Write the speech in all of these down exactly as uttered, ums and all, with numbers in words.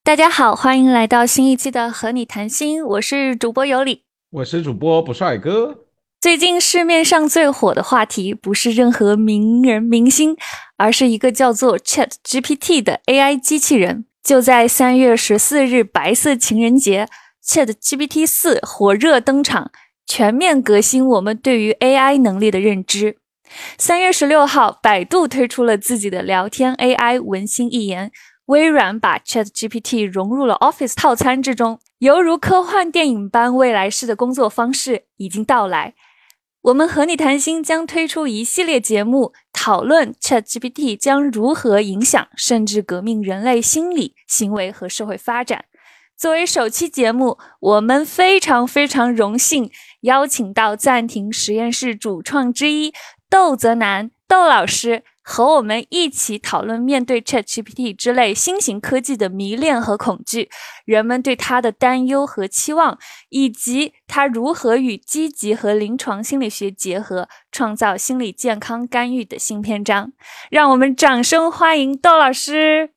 大家好，欢迎来到新一期的和你谈心，我是主播有理。 我是主播不帅哥。 最近市面上最火的话题不是任何名人明星，而是一个叫做 ChatGPT 的 A I 机器人。就在三月十四日白色情人节 ，ChatGPT 四火热登场，全面革新我们对于 A I 能力的认知。三月十六号，百度推出了自己的聊天 A I 文心一言，微软把 ChatGPT 融入了 Office 套餐之中，犹如科幻电影般未来式的工作方式已经到来。我们和你谈心将推出一系列节目，讨论 ChatGPT 将如何影响甚至革命人类心理、行为和社会发展。作为首期节目，我们非常非常荣幸邀请到暂停实验室主创之一窦泽南窦老师和我们一起讨论面对 ChatGPT 之类新型科技的迷恋和恐惧，人们对它的担忧和期望，以及它如何与积极和临床心理学结合，创造心理健康干预的新篇章。让我们掌声欢迎窦老师。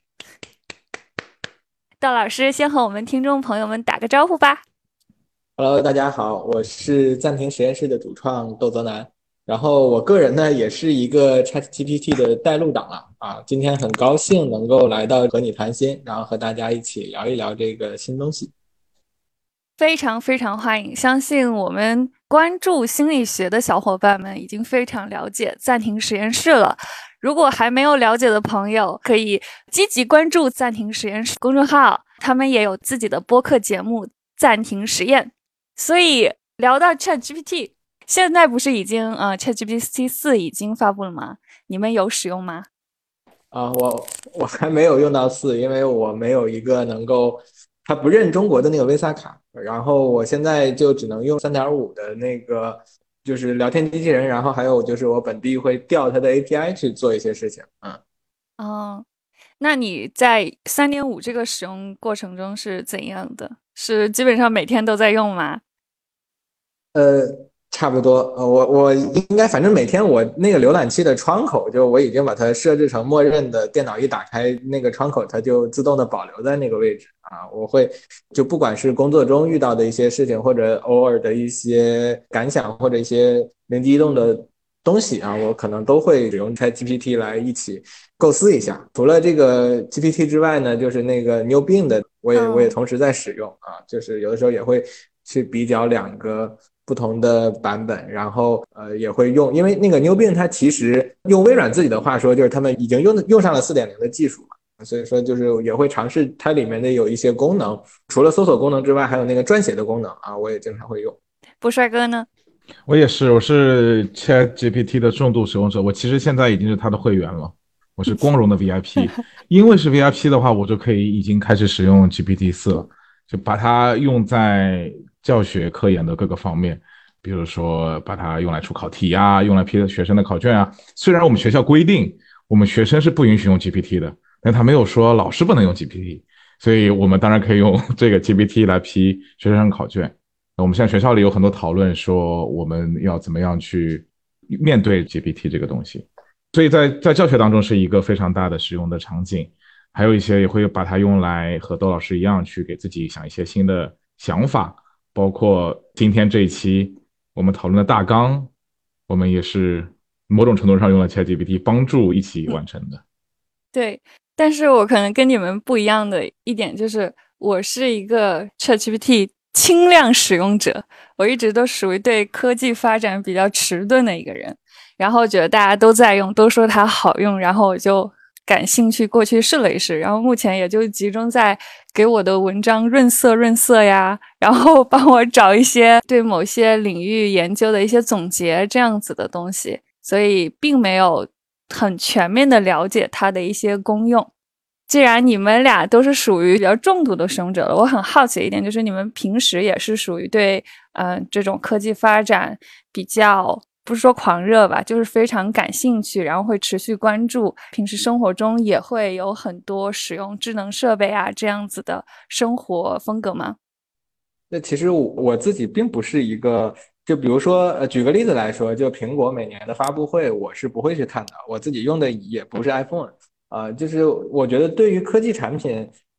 窦老师先和我们听众朋友们打个招呼吧。 Hello，大家好，我是暂停实验室的主创窦泽南。然后我个人呢，也是一个 ChatGPT 的带路党了啊。今天很高兴能够来到和你谈心，然后和大家一起聊一聊这个新东西。 非常非常欢迎，相信我们关注心理学的小伙伴们已经非常了解暂停实验室了。如果还没有了解的朋友，可以积极关注暂停实验室公众号，他们也有自己的播客节目暂停实验。所以聊到 ChatGPT， 现在不是已经呃 ChatGPT 四已经发布了吗？你们有使用吗？ 啊，我我还没有用到四，因为我没有一个能够它不认中国的那个 Visa 卡，然后我现在就只能用三点五的那个就是聊天机器人，然后还有就是我本地会调它的 A P I 去做一些事情。嗯， 哦，那你在 三点五 这个使用过程中是怎样的？是基本上每天都在用吗？ 呃，差不多。呃，我我应该反正每天我那个浏览器的窗口，就我已经把它设置成默认的，电脑一打开那个窗口，它就自动的保留在那个位置啊。我会就不管是工作中遇到的一些事情，或者偶尔的一些感想，或者一些灵机一动的东西啊，我可能都会使用 ChatGPT 来一起构思一下。除了这个 G P T 之外呢，就是那个 New Bing 的，我也我也嗯， 同时在使用啊，就是有的时候也会去比较两个不同的版本，然后呃也会用，因为那个 New Bing 它其实用微软自己的话说，就是他们已经用用上了四点零的技术嘛，所以说就是也会尝试它里面的有一些功能，除了搜索功能之外，还有那个撰写的功能啊，我也经常会用。 不帅哥呢？ 我也是，我是 ChatGPT 的重度使用者。我其实现在已经是他的会员了，我是光荣的 V I P。因为是 V I P 的话，我就可以已经开始使用 G P T 四了，就把它用在教学科研的各个方面，比如说把它用来出考题啊，用来批学生的考卷啊。虽然我们学校规定我们学生是不允许用 G P T 的，但他没有说老师不能用 G P T，所以我们当然可以用这个 G P T 来批学生的考卷。我们现在学校里有很多讨论，说我们要怎么样去面对 G P T 这个东西，所以在在教学当中是一个非常大的使用的场景，还有一些也会把它用来和窦老师一样去给自己想一些新的想法，包括今天这一期我们讨论的大纲，我们也是某种程度上用了 ChatGPT 帮助一起完成的。 对，但是我可能跟你们不一样的一点就是，我是一个 ChatGPT 轻量使用者，我一直都属于对科技发展比较迟钝的一个人，然后觉得大家都在用，都说它好用，然后我就感兴趣过去试了一试，然后目前也就集中在给我的文章润色润色呀，然后帮我找一些对某些领域研究的一些总结这样子的东西，所以并没有很全面的了解它的一些功用。既然你们俩都是属于比较重度的使用者了，我很好奇一点，就是你们平时也是属于对嗯、呃、这种科技发展比较不是说狂热吧，就是非常感兴趣，然后会持续关注，平时生活中也会有很多使用智能设备啊这样子的生活风格吗？ 那其实我我自己并不是一个，就比如说，呃，举个例子来说，就苹果每年的发布会，我是不会去看的，我自己用的也不是 iPhone，啊、就是我觉得对于科技产品，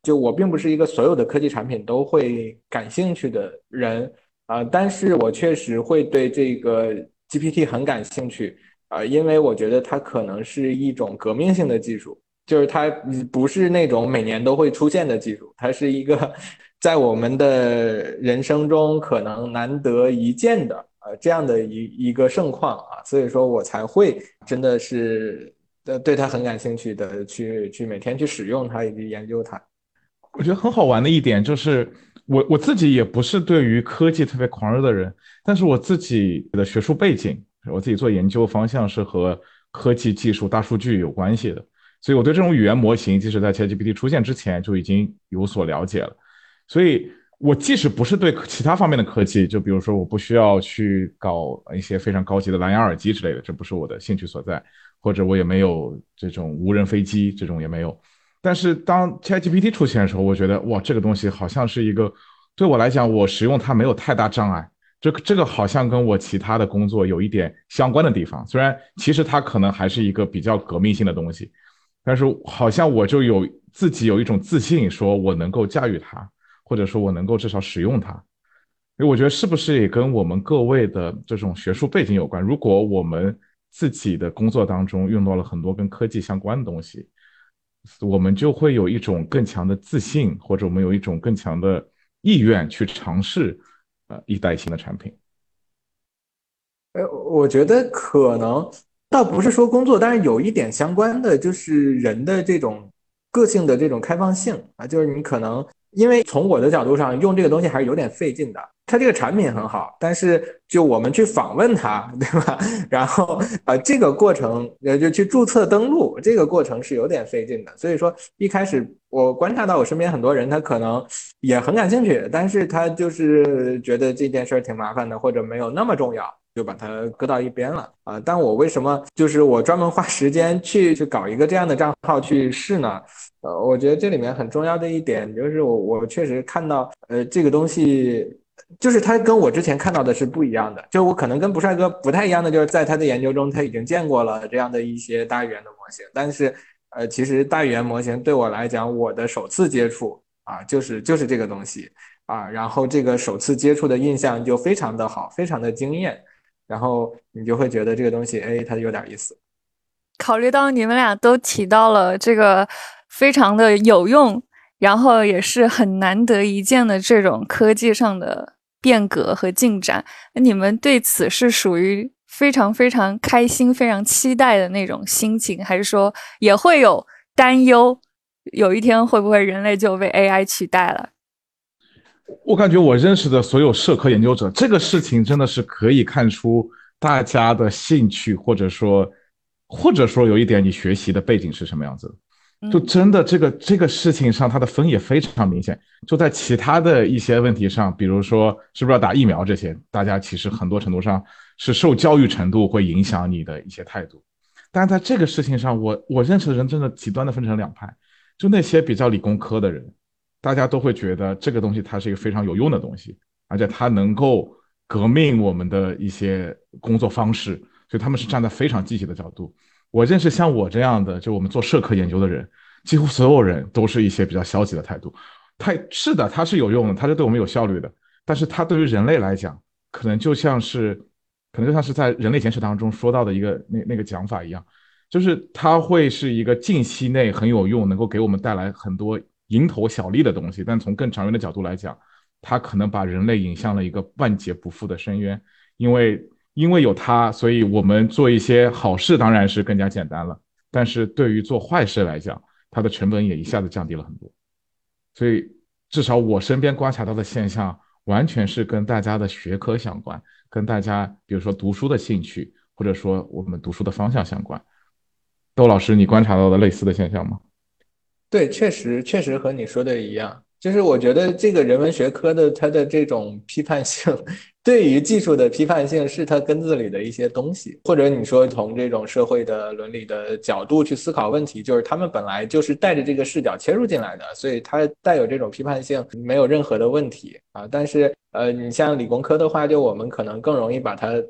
就我并不是一个所有的科技产品都会感兴趣的人啊、呃，但是我确实会对这个 G P T 很感兴趣啊、呃，因为我觉得它可能是一种革命性的技术，就是它不是那种每年都会出现的技术，它是一个在我们的人生中可能难得一见的呃这样的一一个盛况啊，所以说我才会真的是呃对它很感兴趣的去去每天去使用它以及研究它。 我觉得很好玩的一点就是，我我自己也不是对于科技特别狂热的人，但是我自己的学术背景，我自己做研究方向是和科技技术、大数据有关系的，所以我对这种语言模型，即使在 ChatGPT 出现之前就已经有所了解了。所以，我即使不是对其他方面的科技，就比如说我不需要去搞一些非常高级的蓝牙耳机之类的，这不是我的兴趣所在，或者我也没有这种无人飞机，这种也没有。但是当 ChatGPT 出现的时候，我觉得哇，这个东西好像是一个对我来讲，我使用它没有太大障碍。这个这个好像跟我其他的工作有一点相关的地方，虽然其实它可能还是一个比较革命性的东西，但是好像我就有自己有一种自信，说我能够驾驭它，或者说我能够至少使用它。因为我觉得是不是也跟我们各位的这种学术背景有关？如果我们自己的工作当中用到了很多跟科技相关的东西，我们就会有一种更强的自信，或者我们有一种更强的意愿去尝试呃一代新的产品。 呃，我觉得可能倒不是说工作，但是有一点相关的，就是人的这种个性的这种开放性啊，就是你可能因为从我的角度上用这个东西还是有点费劲的。它这个产品很好，但是就我们去访问它，对吧？然后呃，这个过程呃就去注册登录，这个过程是有点费劲的。所以说一开始我观察到我身边很多人，他可能也很感兴趣，但是他就是觉得这件事儿挺麻烦的，或者没有那么重要。就把它搁到一边了啊、呃！但我为什么就是我专门花时间去去搞一个这样的账号去试呢？呃，我觉得这里面很重要的一点就是我我确实看到呃这个东西，就是它跟我之前看到的是不一样的。就我可能跟不帅哥不太一样的，就是在他的研究中他已经见过了这样的一些大语言的模型，但是呃其实大语言模型对我来讲，我的首次接触啊就是就是这个东西啊，然后这个首次接触的印象就非常的好，非常的惊艳。然后你就会觉得这个东西，哎，它有点意思。 考虑到你们俩都提到了这个非常的有用，然后也是很难得一见的这种科技上的变革和进展，你们对此是属于非常非常开心、非常期待的那种心情，还是说也会有担忧，有一天会不会人类就被 A I 取代了？ 我感觉我认识的所有社科研究者，这个事情真的是可以看出大家的兴趣，或者说，或者说有一点你学习的背景是什么样子的。就真的这个这个事情上，它的分野非常明显。就在其他的一些问题上，比如说是不是要打疫苗这些，大家其实很多程度上是受教育程度会影响你的一些态度。但是在这个事情上，我我认识的人真的极端的分成两派，就那些比较理工科的人。大家都会觉得这个东西它是一个非常有用的东西，而且它能够革命我们的一些工作方式，所以他们是站在非常积极的角度。我认识像我这样的，就我们做社科研究的人，几乎所有人都是一些比较消极的态度。它是的，它是有用的，它是对我们有效率的，但是它对于人类来讲，可能就像是，可能就像是在《人类简史》当中说到的一个那那个讲法一样，就是它会是一个近期内很有用，能够给我们带来很多蝇头小利的东西，但从更长远的角度来讲，它可能把人类引向了一个万劫不复的深渊。因为因为有它，所以我们做一些好事当然是更加简单了，但是对于做坏事来讲，它的成本也一下子降低了很多。所以至少我身边观察到的现象，完全是跟大家的学科相关，跟大家比如说读书的兴趣，或者说我们读书的方向相关。窦老师，你观察到的类似的现象吗？ 对，确实确实和你说的一样，就是我觉得这个人文学科的它的这种批判性，对于技术的批判性是它根子里的一些东西，或者你说从这种社会的伦理的角度去思考问题，就是他们本来就是带着这个视角切入进来的，所以它带有这种批判性，没有任何的问题啊。但是呃，你像理工科的话，就我们可能更容易把它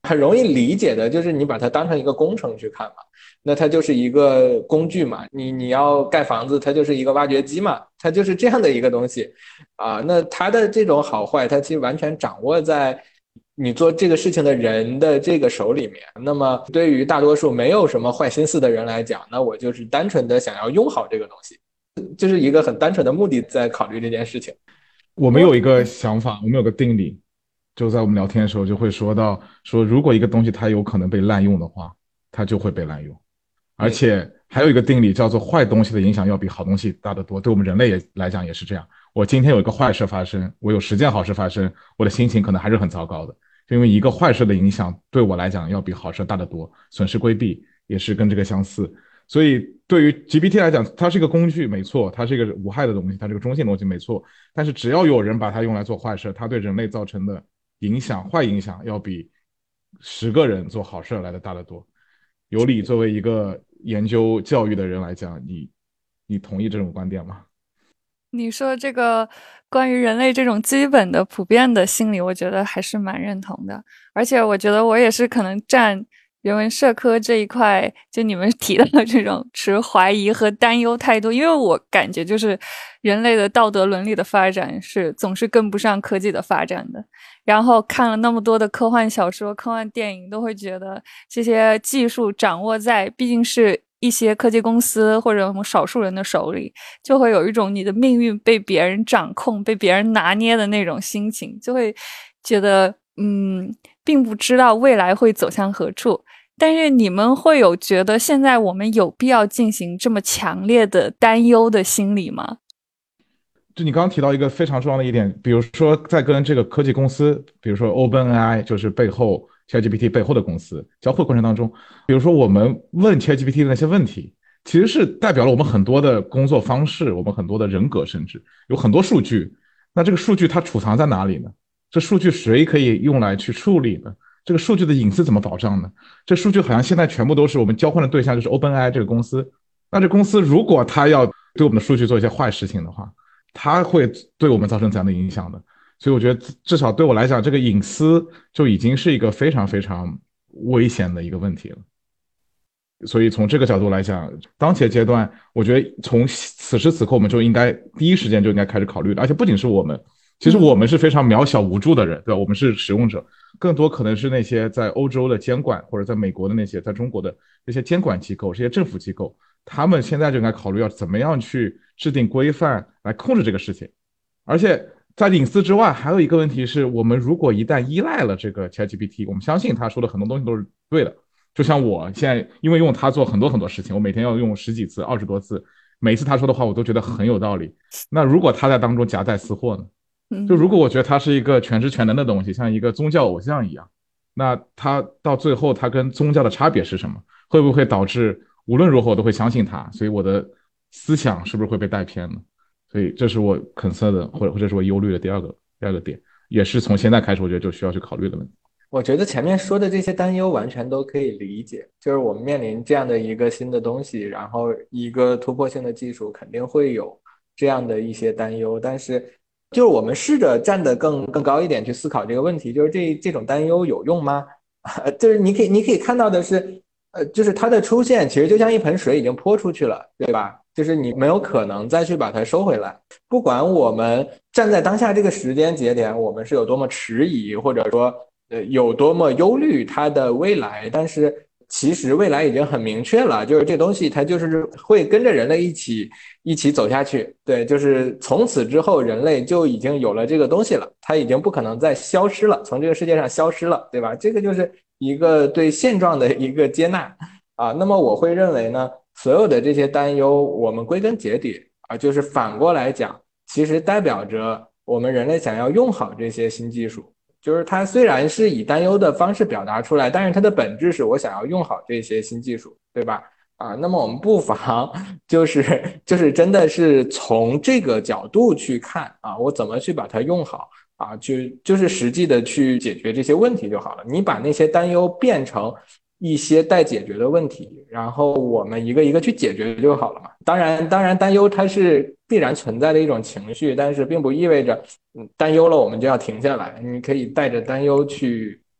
很容易理解的，就是你把它当成一个工程去看嘛，那它就是一个工具嘛，你你要盖房子，它就是一个挖掘机嘛，它就是这样的一个东西啊。那它的这种好坏，它其实完全掌握在你做这个事情的人的这个手里面。那么对于大多数没有什么坏心思的人来讲，那我就是单纯的想要用好这个东西，就是一个很单纯的目的在考虑这件事情。 我们有一个想法，我们有个定理，就在我们聊天的时候就会说到，说如果一个东西它有可能被滥用的话，它就会被滥用。而且还有一个定理叫做坏东西的影响要比好东西大得多，对我们人类也来讲也是这样。我今天有一个坏事发生，我有十件好事发生，我的心情可能还是很糟糕的，就因为一个坏事的影响对我来讲要比好事大得多，损失规避也是跟这个相似。所以对于 G P T 来讲，它是一个工具，没错，它是一个无害的东西，它是个中性的东西，没错。但是只要有人把它用来做坏事，它对人类造成的影响，坏影响要比十个人做好事来的大得多。尤里作为一个研究教育的人来讲，你你同意这种观点吗？ 你说这个关于人类这种基本的普遍的心理，我觉得还是蛮认同的。而且我觉得我也是可能占人文社科这一块，就你们提到的这种持怀疑和担忧态度，因为我感觉就是人类的道德伦理的发展是总是跟不上科技的发展的。然后看了那么多的科幻小说、科幻电影，都会觉得这些技术掌握在毕竟是一些科技公司或者少数人的手里，就会有一种你的命运被别人掌控、被别人拿捏的那种心情，就会觉得嗯，并不知道未来会走向何处。但是你们会有觉得现在我们有必要进行这么强烈的担忧的心理吗？ 就你刚刚提到一个非常重要的一点，比如说在跟这个科技公司，比如说 OpenAI 就是背后 ChatGPT 背后的公司交互过程当中，比如说我们问 ChatGPT 的那些问题，其实是代表了我们很多的工作方式，我们很多的人格，甚至有很多数据。那这个数据它储藏在哪里呢？这数据谁可以用来去处理呢？这个数据的隐私怎么保障呢？这数据好像现在全部都是我们交换的对象，就是 OpenAI 这个公司。那这公司如果它要对我们的数据做一些坏事情的话，它会对我们造成怎样的影响的？所以我觉得至少对我来讲，这个隐私就已经是一个非常非常危险的一个问题了。所以从这个角度来讲，当前阶段，我觉得从此时此刻，我们就应该第一时间就应该开始考虑的。而且不仅是我们，其实我们是非常渺小无助的人，对吧？我们是使用者，更多可能是那些在欧洲的监管，或者在美国的那些，在中国的这些监管机构、这些政府机构，他们现在就应该考虑要怎么样去制定规范来控制这个事情。而且在隐私之外，还有一个问题是，我们如果一旦依赖了这个 ChatGPT， 我们相信他说的很多东西都是对的。就像我现在因为用它做很多很多事情，我每天要用十几次、二十多次，每次他说的话我都觉得很有道理。那如果他在当中夹带私货呢？就如果我觉得它是一个全知全能的东西，像一个宗教偶像一样，那它到最后它跟宗教的差别是什么？会不会导致无论如何我都会相信它？所以我的思想是不是会被带偏呢？所以这是我concern的，或者或者是我忧虑的第二个第二个点，也是从现在开始我觉得就需要去考虑的问题。 我觉得前面说的这些担忧完全都可以理解，就是我们面临这样的一个新的东西，然后一个突破性的技术，肯定会有这样的一些担忧。但是，就是我们试着站得更更高一点去思考这个问题，就是这这种担忧有用吗？就是你可以你可以看到的是，呃，就是它的出现其实就像一盆水已经泼出去了，对吧？就是你没有可能再去把它收回来。不管我们站在当下这个时间节点，我们是有多么迟疑，或者说。呃，有多么忧虑它的未来，但是其实未来已经很明确了，就是这东西它就是会跟着人类一起一起走下去。对，就是从此之后人类就已经有了这个东西了，它已经不可能再消失了，从这个世界上消失了，对吧？这个就是一个对现状的一个接纳啊。那么我会认为呢，所有的这些担忧，我们归根结底啊，就是反过来讲，其实代表着我们人类想要用好这些新技术。就是它虽然是以担忧的方式表达出来，但是它的本质是我想要用好这些新技术，对吧？啊，那么我们不妨就是就是真的是从这个角度去看啊，我怎么去把它用好啊，去就是实际的去解决这些问题就好了。你把那些担忧变成一些待解决的问题，然后我们一个一个去解决就好了嘛。当然，当然担忧它是必然存在的一种情绪，但是并不意味着担忧了我们就要停下来。你可以带着担忧去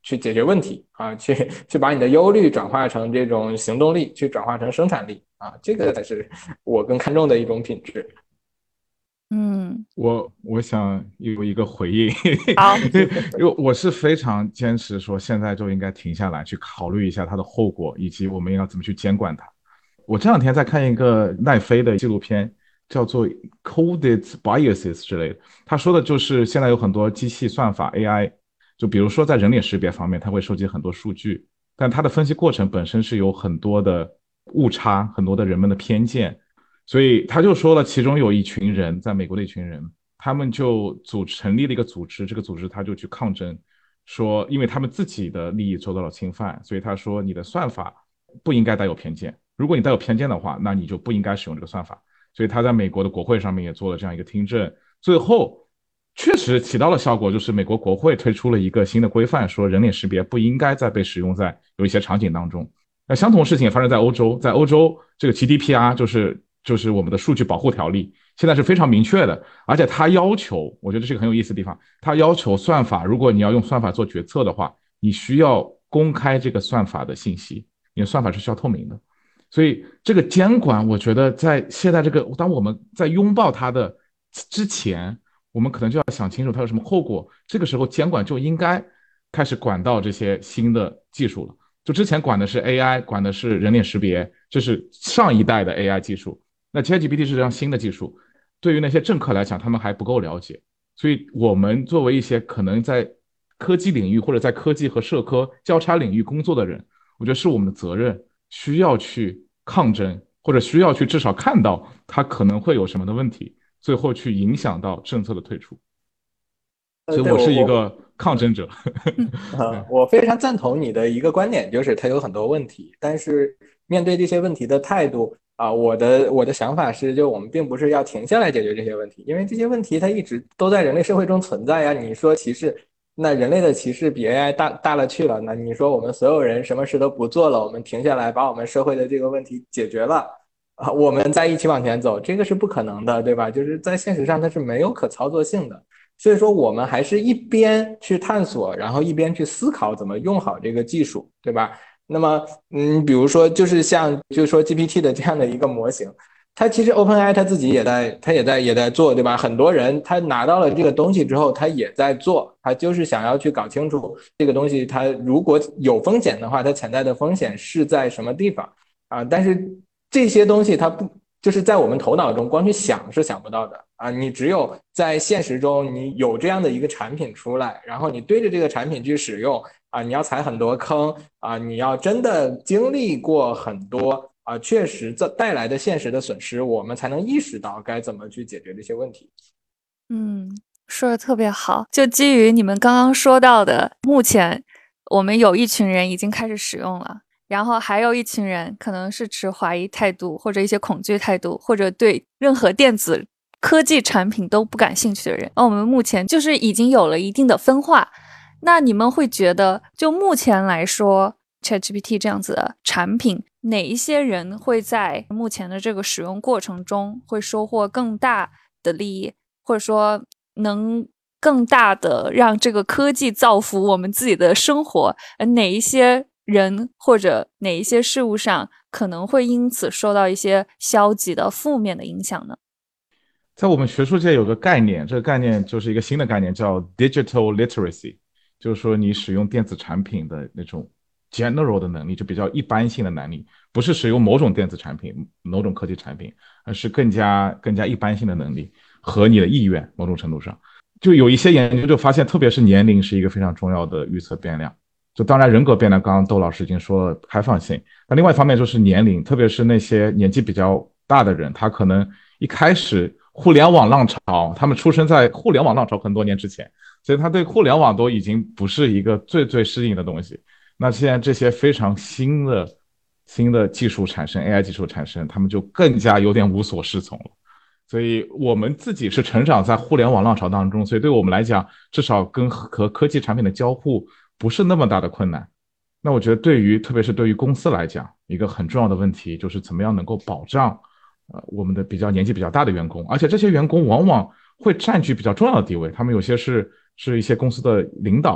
去解决问题啊，去去把你的忧虑转化成这种行动力，去转化成生产力啊，这个才是我更看重的一种品质。 嗯， 我我想有一个回应， 好， 因为我是非常坚持说现在就应该停下来去考虑一下它的后果，以及我们要怎么去监管它。我这两天在看一个奈飞的纪录片，叫做 Coded Biases 之类的，他说的就是现在有很多机器算法 A I， 就比如说在人脸识别方面，它会收集很多数据，但它的分析过程本身是有很多的误差，很多的人们的偏见。所以他就说了，其中有一群人，在美国的一群人，他们就组成立了一个组织，这个组织他就去抗争，说因为他们自己的利益受到了侵犯，所以他说你的算法不应该带有偏见，如果你带有偏见的话，那你就不应该使用这个算法。所以他在美国的国会上面也做了这样一个听证，最后确实起到了效果，就是美国国会推出了一个新的规范，说人脸识别不应该再被使用在有一些场景当中。那相同事情也发生在欧洲，在欧洲这个 G D P R 就是就是我们的数据保护条例，现在是非常明确的，而且它要求，我觉得这是个很有意思的地方，它要求算法，如果你要用算法做决策的话，你需要公开这个算法的信息，你的算法是需要透明的。所以这个监管，我觉得在现在这个，当我们在拥抱它的之前，我们可能就要想清楚它有什么后果。这个时候监管就应该开始管到这些新的技术了。就之前管的是 A I， 管的是人脸识别，这是上一代的 A I 技术。那 ChatGPT 是这样新的技术，对于那些政客来讲，他们还不够了解。所以我们作为一些可能在科技领域或者在科技和社科交叉领域工作的人，我觉得是我们的责任，需要去抗争，或者需要去至少看到它可能会有什么的问题，最后去影响到政策的退出。所以我是一个抗争者。 啊，我非常赞同你的一个观点，就是它有很多问题，但是面对这些问题的态度啊，我的我的想法是，就我们并不是要停下来解决这些问题，因为这些问题它一直都在人类社会中存在呀。你说歧视，那人类的歧视比 A I 大大了去了，那你说我们所有人什么事都不做了，我们停下来把我们社会的这个问题解决了啊，我们再一起往前走，这个是不可能的，对吧？就是在现实上它是没有可操作性的。所以说，我们还是一边去探索，然后一边去思考怎么用好这个技术，对吧？那么，嗯，比如说，就是像，就是说 G P T 的这样的一个模型，它其实 OpenAI 它自己也在，它也在也在做，对吧？很多人他拿到了这个东西之后，他也在做，他就是想要去搞清楚这个东西，它如果有风险的话，它潜在的风险是在什么地方啊？但是这些东西它不。就是在我们头脑中光去想是想不到的啊！你只有在现实中，你有这样的一个产品出来，然后你对着这个产品去使用啊，你要踩很多坑啊，你要真的经历过很多啊，确实这带来的现实的损失，我们才能意识到该怎么去解决这些问题。 嗯，说的特别好。就基于你们刚刚说到的，目前我们有一群人已经开始使用了。然后还有一群人可能是持怀疑态度，或者一些恐惧态度，或者对任何电子科技产品都不感兴趣的人。那我们目前就是已经有了一定的分化。那你们会觉得，就目前来说 ChatGPT 这样子的产品，哪一些人会在目前的这个使用过程中会收获更大的利益，或者说能更大的让这个科技造福我们自己的生活？而哪一些人或者哪一些事物上可能会因此受到一些消极的负面的影响呢？ 在我们学术界有个概念，这个概念就是一个新的概念，叫 digital literacy， 就是说你使用电子产品的那种 general 的能力，就比较一般性的能力，不是使用某种电子产品、某种科技产品，而是更加更加一般性的能力和你的意愿。某种程度上，就有一些研究就发现，特别是年龄是一个非常重要的预测变量。就当然人格变量，刚刚窦老师已经说了开放性，那另外一方面就是年龄，特别是那些年纪比较大的人，他可能一开始互联网浪潮，他们出生在互联网浪潮很多年之前，所以他对互联网都已经不是一个最最适应的东西。那现在这些非常新的新的技术产生 ，A I 技术产生，他们就更加有点无所适从了。所以我们自己是成长在互联网浪潮当中，所以对我们来讲，至少跟和科技产品的交互不是那么大的困难。那我觉得对于特别是对于公司来讲，一个很重要的问题就是怎么样能够保障呃我们的比较年纪比较大的员工，而且这些员工往往会占据比较重要的地位，他们有些是是一些公司的领导，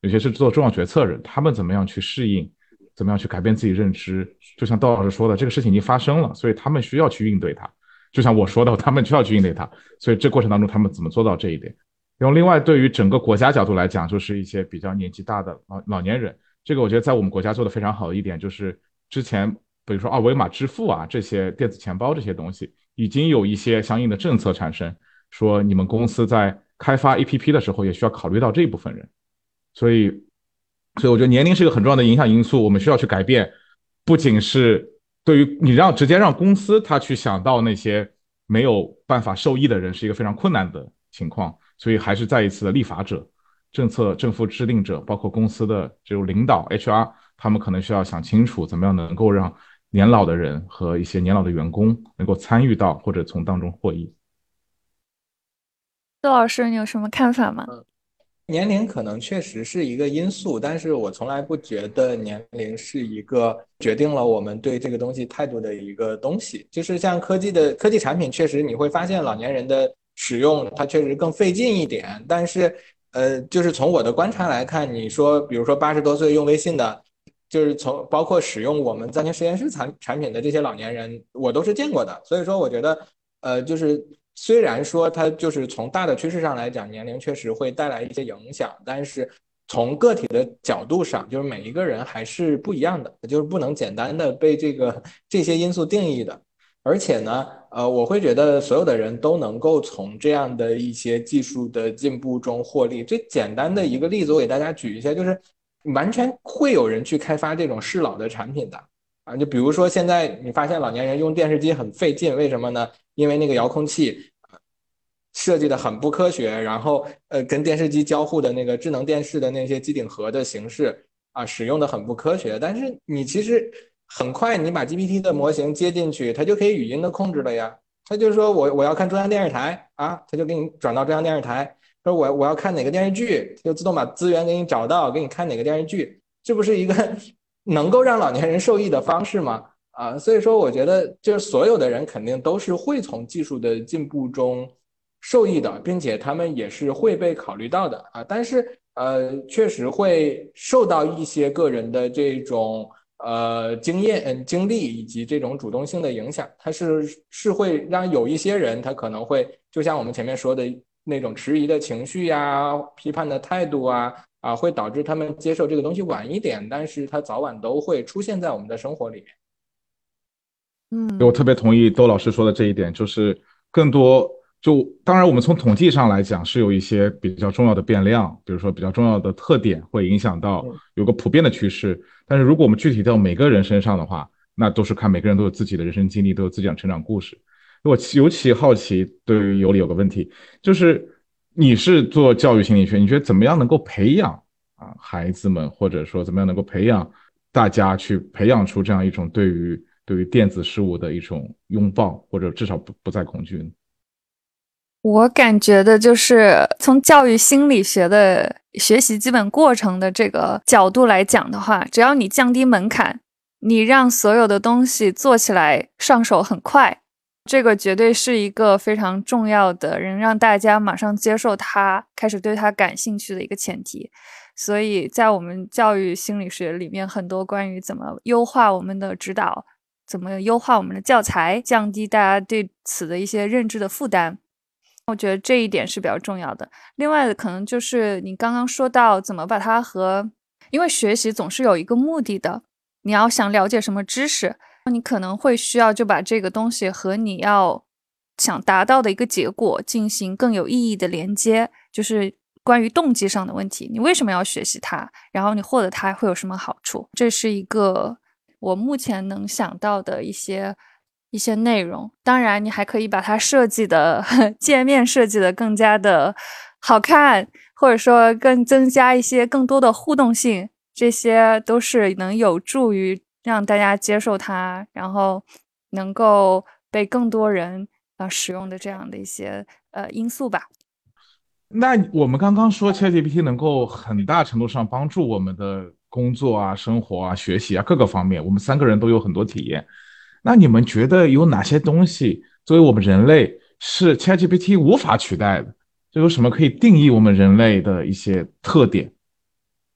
有些是做重要决策人，他们怎么样去适应，怎么样去改变自己认知。就像窦老师说的，这个事情已经发生了，所以他们需要去应对它。就像我说的，他们需要去应对它，所以这过程当中他们怎么做到这一点。然后另外对于整个国家角度来讲，就是一些比较年纪大的老老年人，这个我觉得在我们国家做的非常好的一点就是之前比如说二维码支付啊，这些电子钱包这些东西已经有一些相应的政策产生，说你们公司在开发 A P P 的时候也需要考虑到这一部分人。所以所以我觉得年龄是一个很重要的影响因素，我们需要去改变，不仅是对于你让直接让公司他去想到那些没有办法受益的人是一个非常困难的情况，所以还是再一次的立法者、政策政府制定者，包括公司的这种领导 H R， 他们可能需要想清楚怎么样能够让年老的人和一些年老的员工能够参与到或者从当中获益。 窦老师，你有什么看法吗？ 年龄可能确实是一个因素，但是我从来不觉得年龄是一个决定了我们对这个东西态度的一个东西。就是像科技的科技产品，确实你会发现老年人的使用它确实更费劲一点，但是呃，就是从我的观察来看，你说比如说八十多岁用微信的，就是从包括使用我们暂停实验室产产品的这些老年人，我都是见过的。所以说，我觉得呃，就是虽然说它就是从大的趋势上来讲，年龄确实会带来一些影响，但是从个体的角度上，就是每一个人还是不一样的，就是不能简单的被这个这些因素定义的。而且呢，呃，我会觉得所有的人都能够从这样的一些技术的进步中获利。最简单的一个例子，我给大家举一下，就是完全会有人去开发这种适老的产品的啊。就比如说现在你发现老年人用电视机很费劲，为什么呢？因为那个遥控器设计的很不科学，然后呃跟电视机交互的那个智能电视的那些机顶盒的形式啊，使用的很不科学。但是你其实很快你把 G P T 的模型接进去，它就可以语音的控制了呀。它就说我我要看中央电视台啊，它就给你转到中央电视台。说我我要看哪个电视剧，就自动把资源给你找到，给你看哪个电视剧。这不是一个能够让老年人受益的方式吗？啊，所以说我觉得就是所有的人肯定都是会从技术的进步中受益的，并且他们也是会被考虑到的啊。但是呃，确实会受到一些个人的这种呃经验、嗯经历以及这种主动性的影响，它是是会让有一些人他可能会就像我们前面说的那种迟疑的情绪呀、批判的态度啊啊，会导致他们接受这个东西晚一点，但是它早晚都会出现在我们的生活里面。 嗯， 我特别同意窦老师说的这一点，就是更多就当然我们从统计上来讲是有一些比较重要的变量，比如说比较重要的特点会影响到有个普遍的趋势，但是如果我们具体到每个人身上的话，那都是看每个人都有自己的人生经历，都有自己的成长故事。我尤其好奇，对于尤里有个问题，就是你是做教育心理学，你觉得怎么样能够培养啊孩子们，或者说怎么样能够培养大家去培养出这样一种对于对于电子事物的一种拥抱，或者至少不不再恐惧呢？ 我感觉的就是从教育心理学的学习基本过程的这个角度来讲的话，只要你降低门槛，你让所有的东西做起来上手很快，这个绝对是一个非常重要的，能让大家马上接受它，开始对它感兴趣的一个前提。所以在我们教育心理学里面，很多关于怎么优化我们的指导，怎么优化我们的教材，降低大家对此的一些认知的负担，我觉得这一点是比较重要的。另外的可能就是你刚刚说到怎么把它和，因为学习总是有一个目的的，你要想了解什么知识，你可能会需要就把这个东西和你要想达到的一个结果进行更有意义的连接，就是关于动机上的问题，你为什么要学习它，然后你获得它会有什么好处，这是一个我目前能想到的一些一些内容。当然你还可以把它设计的界面设计的更加的好看，或者说更增加一些更多的互动性，这些都是能有助于让大家接受它，然后能够被更多人呃使用的这样的一些呃因素吧。 那我们刚刚说 ChatGPT 能够很大程度上帮助我们的工作啊、生活啊、学习啊各个方面，我们三个人都有很多体验。那你们觉得有哪些东西作为我们人类是 ChatGPT 无法取代的？就有什么可以定义我们人类的一些特点？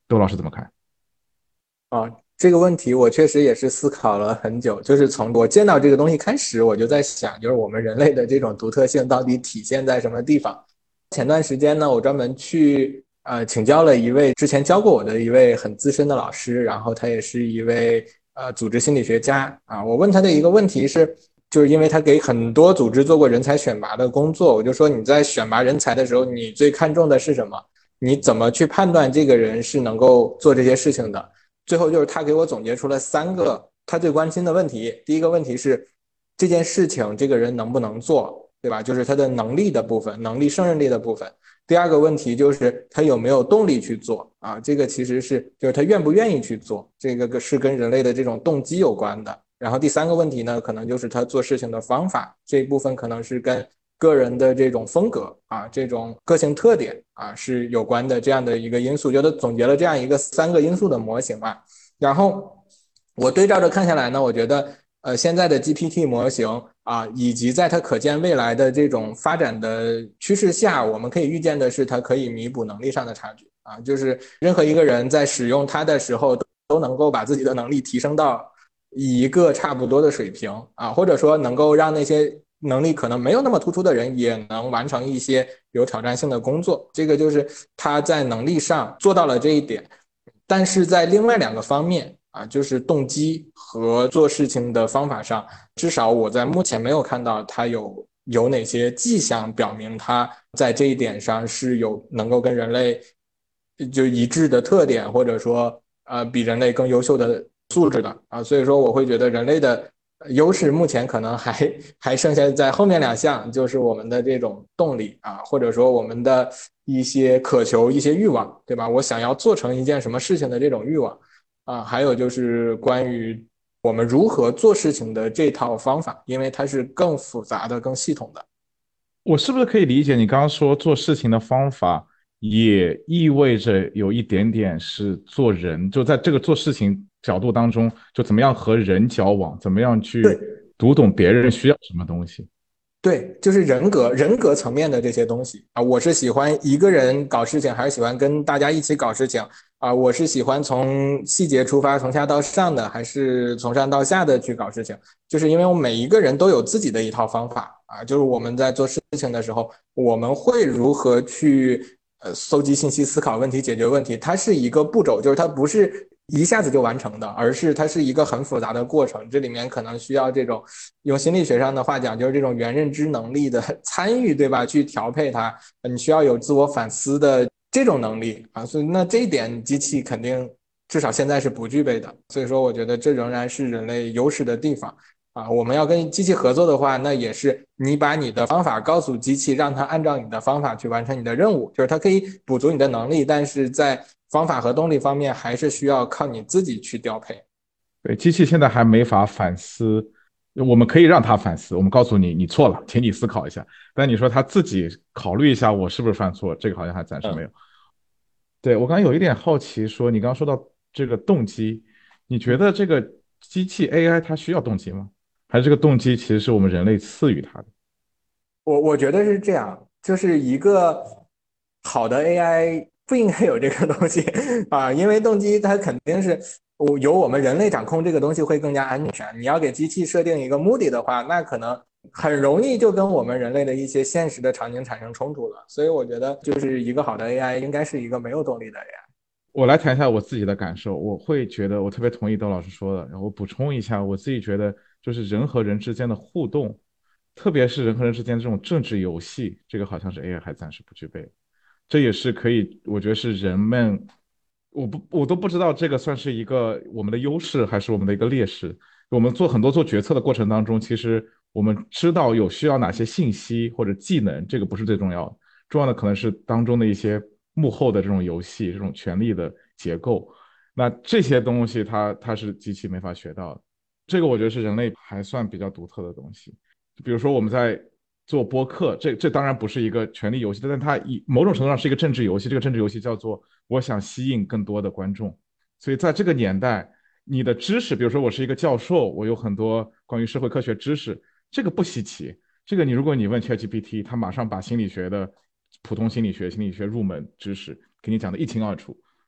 窦老师怎么看？ 啊，这个问题我确实也是思考了很久，就是从我见到这个东西开始，我就在想，就是我们人类的这种独特性到底体现在什么地方？前段时间呢，我专门去呃请教了一位之前教过我的一位很资深的老师，然后他也是一位呃组织心理学家啊。我问他的一个问题是，就是因为他给很多组织做过人才选拔的工作，我就说你在选拔人才的时候，你最看重的是什么？你怎么去判断这个人是能够做这些事情的？最后就是他给我总结出了三个他最关心的问题。第一个问题是这件事情这个人能不能做，对吧？就是他的能力的部分，能力胜任力的部分。第二个问题就是他有没有动力去做啊？这个其实是就是他愿不愿意去做，这个是跟人类的这种动机有关的。然后第三个问题呢，可能就是他做事情的方法，这一部分可能是跟个人的这种风格啊，这种个性特点啊是有关的这样的一个因素，觉得总结了这样一个三个因素的模型吧。然后我对照着看下来呢，我觉得呃现在的 G P T 模型啊，以及在它可见未来的这种发展的趋势下，我们可以预见的是，它可以弥补能力上的差距啊，就是任何一个人在使用它的时候，都能够把自己的能力提升到一个差不多的水平啊，或者说能够让那些能力可能没有那么突出的人也能完成一些有挑战性的工作，这个就是他在能力上做到了这一点。但是在另外两个方面啊，就是动机和做事情的方法上，至少我在目前没有看到他有有哪些迹象表明他在这一点上是有能够跟人类就一致的特点，或者说呃比人类更优秀的素质的啊，所以说我会觉得人类的优势目前可能还还剩下在后面两项，就是我们的这种动力啊，或者说我们的一些渴求、一些欲望，对吧？我想要做成一件什么事情的这种欲望啊，还有就是关于我们如何做事情的这套方法，因为它是更复杂的、更系统的。 我是不是可以理解你刚刚说做事情的方法，也意味着有一点点是做人，就在这个做事情角度当中，就怎么样和人交往，怎么样去对， 读懂别人需要什么东西。 对，就是人格人格层面的这些东西啊，我是喜欢一个人搞事情，还是喜欢跟大家一起搞事情啊？我是喜欢从细节出发，从下到上的，还是从上到下的去搞事情？就是因为我们每一个人都有自己的一套方法啊，就是我们在做事情的时候，我们会如何去呃搜集信息、思考问题、解决问题？它是一个步骤，就是它不是一下子就完成的，而是它是一个很复杂的过程。这里面可能需要这种用心理学上的话讲，就是这种原认知能力的参与，对吧？去调配它，你需要有自我反思的这种能力啊。所以那这一点机器肯定至少现在是不具备的。所以说，我觉得这仍然是人类优势的地方。啊，我们要跟机器合作的话，那也是你把你的方法告诉机器，让它按照你的方法去完成你的任务，就是它可以补足你的能力，但是在方法和动力方面还是需要靠你自己去调配。 对，机器现在还没法反思，我们可以让它反思，我们告诉你你错了，请你思考一下。但你说他自己考虑一下我是不是犯错，这个好像还暂时没有。 嗯对，我刚刚有一点好奇说，你刚刚说到这个动机，你觉嗯。 得这个机器 A I 它需要动机吗？还是这个动机其实是我们人类赐予它的？ 我我觉得是这样，就是一个好的 A I 不应该有这个东西啊，因为动机它肯定是由我们人类掌控，这个东西会更加安全。你要给机器设定一个目的的话，那可能很容易就跟我们人类的一些现实的场景产生冲突了。所以我觉得，就是一个好的 A I 应该是一个没有动力的 A I。 我来谈一下我自己的感受，我会觉得我特别同意窦老师说的，然后我补充一下，我自己觉得就是人和人之间的互动，特别是人和人之间这种政治游戏，这个好像是 A I 还暂时不具备的，这也是可以，我觉得是人们，我不我都不知道这个算是一个我们的优势还是我们的一个劣势。我们做很多做决策的过程当中，其实我们知道有需要哪些信息或者技能，这个不是最重要的。重要的可能是当中的一些幕后的这种游戏、这种权力的结构。那这些东西它它是机器没法学到的，这个我觉得是人类还算比较独特的东西。比如说我们在做播客，这这当然不是一个权力游戏，但它以某种程度上是一个政治游戏。这个政治游戏叫做我想吸引更多的观众。所以在这个年代，你的知识，比如说我是一个教授，我有很多关于社会科学知识，这个不稀奇。这个你如果你问 ChatGPT，它马上把心理学的普通心理学、心理学入门知识给你讲得一清二楚。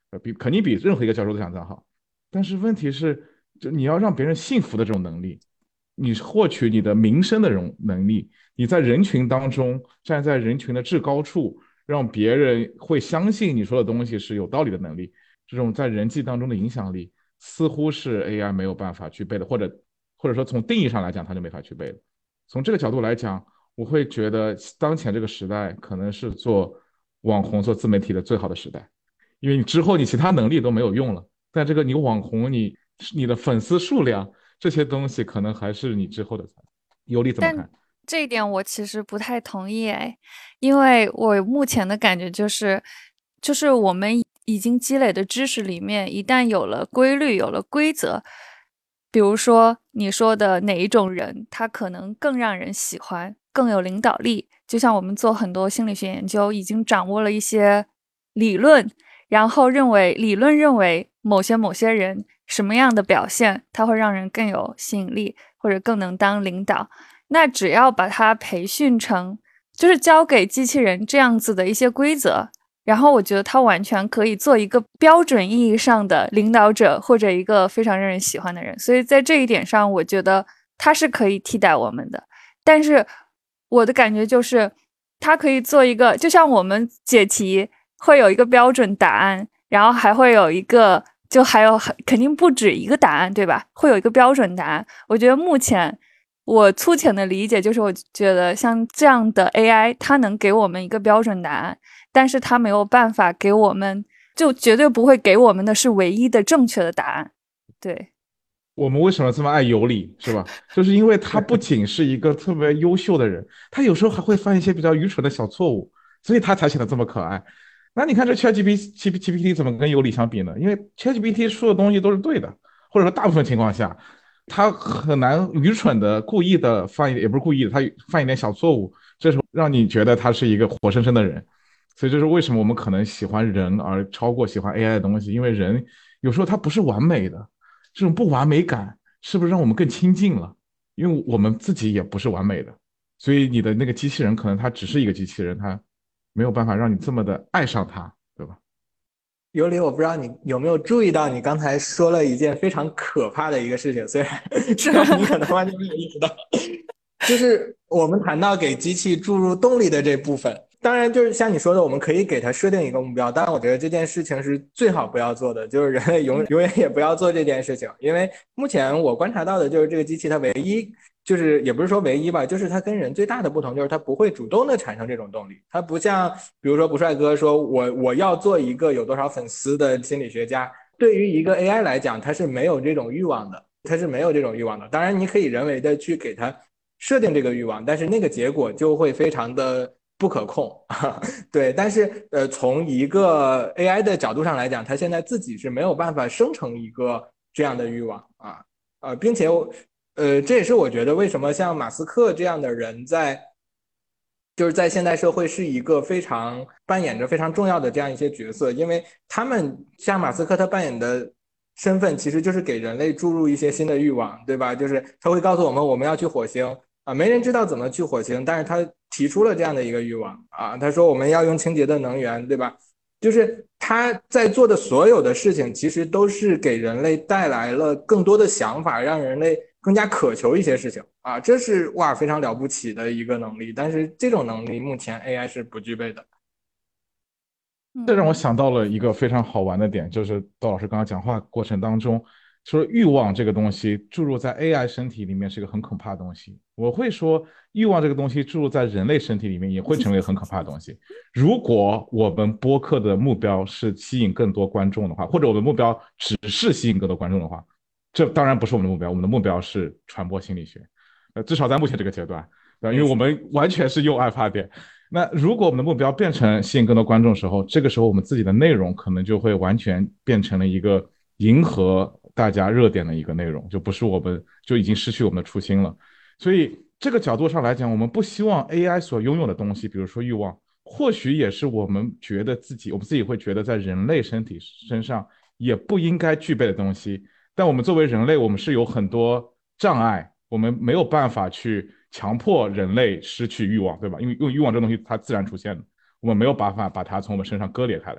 呃，比肯定比任何一个教授都想当好。但是问题是，就你要让别人信服的这种能力，你获取你的名声的这种能力，你在人群当中站在人群的制高处，让别人会相信你说的东西是有道理的能力，这种在人际当中的影响力，似乎是 A I 没有办法具备的，或者或者说从定义上来讲，它就没法具备的。从这个角度来讲，我会觉得当前这个时代可能是做网红、做自媒体的最好的时代，因为你之后你其他能力都没有用了，但这个你网红、你你的粉丝数量这些东西，可能还是你之后的财富。尤里怎么看？ 这一点我其实不太同意哎，因为我目前的感觉就是，就是我们已经积累的知识里面，一旦有了规律、有了规则，比如说你说的哪一种人，他可能更让人喜欢，更有领导力。就像我们做很多心理学研究，已经掌握了一些理论，然后认为理论认为某些某些人什么样的表现，他会让人更有吸引力，或者更能当领导。那只要把它培训成，就是交给机器人这样子的一些规则，然后我觉得它完全可以做一个标准意义上的领导者，或者一个非常让人喜欢的人。所以在这一点上，我觉得它是可以替代我们的。但是我的感觉就是，它可以做一个，就像我们解题会有一个标准答案，然后还会有一个，就还有肯定不止一个答案，对吧？会有一个标准答案。我觉得目前我粗浅的理解就是，我觉得像这样的 A I， 它能给我们一个标准答案，但是它没有办法给我们，就绝对不会给我们的是唯一的正确的答案。对， 我们为什么这么爱尤里，是吧？就是因为他不仅是一个特别优秀的人，他有时候还会犯一些比较愚蠢的小错误，所以他才显得这么可爱。那你看这 ChatGPT 怎么跟尤里相比呢？因为 ChatGPT 说的东西都是对的，或者说大部分情况下，他很难愚蠢的、故意的犯，也不是故意的，他犯一点小错误，这时候让你觉得他是一个活生生的人。所以这是为什么我们可能喜欢人而超过喜欢 A I 的东西，因为人有时候他不是完美的，这种不完美感是不是让我们更亲近了？因为我们自己也不是完美的，所以你的那个机器人可能它只是一个机器人，它没有办法让你这么的爱上它，对吧？ 尤里，我不知道你有没有注意到，你刚才说了一件非常可怕的一个事情，虽然虽然你可能完全没有意识到，就是我们谈到给机器注入动力的这部分。当然，就是像你说的，我们可以给它设定一个目标，但我觉得这件事情是最好不要做的，就是人类永永远也不要做这件事情，因为目前我观察到的就是这个机器它唯一就是也不是说唯一吧，就是它跟人最大的不同就是它不会主动的产生这种动力，它不像比如说不帅哥说我我要做一个有多少粉丝的心理学家，对于一个 A I 来讲，它是没有这种欲望的，它是没有这种欲望的。当然，你可以人为的去给它设定这个欲望，但是那个结果就会非常的不可控。对，但是呃，从一个 A I 的角度上来讲，它现在自己是没有办法生成一个这样的欲望啊，呃，并且呃，这也是我觉得为什么像马斯克这样的人在就是在现代社会是一个非常扮演着非常重要的这样一些角色，因为他们像马斯克他扮演的身份其实就是给人类注入一些新的欲望，对吧？就是他会告诉我们我们要去火星啊，没人知道怎么去火星，但是他提出了这样的一个欲望啊，他说我们要用清洁的能源，对吧？就是他在做的所有的事情，其实都是给人类带来了更多的想法，让人类更加渴求一些事情啊，这是哇非常了不起的一个能力。但是这种能力目前 A I 是不具备的。 这让我想到了一个非常好玩的点，就是窦老师刚刚讲话过程当中说欲望这个东西注入在 A I 身体里面是一个很可怕的东西。我会说欲望这个东西注入在人类身体里面也会成为很可怕的东西。如果我们播客的目标是吸引更多观众的话，或者我们目标只是吸引更多观众的话，这当然不是我们的目标，我们的目标是传播心理学。呃，至少在目前这个阶段，对，因为我们完全是用爱发电。那如果我们的目标变成吸引更多观众的时候，这个时候我们自己的内容可能就会完全变成了一个迎合大家热点的一个内容，就不是我们就已经失去我们的初心了。所以这个角度上来讲，我们不希望 A I 所拥有的东西，比如说欲望，或许也是我们觉得自己，我们自己会觉得在人类身体身上也不应该具备的东西。但我们作为人类，我们是有很多障碍，我们没有办法去强迫人类失去欲望，对吧？因为因为欲望这东西它自然出现的，我们没有办法把它从我们身上割裂开来。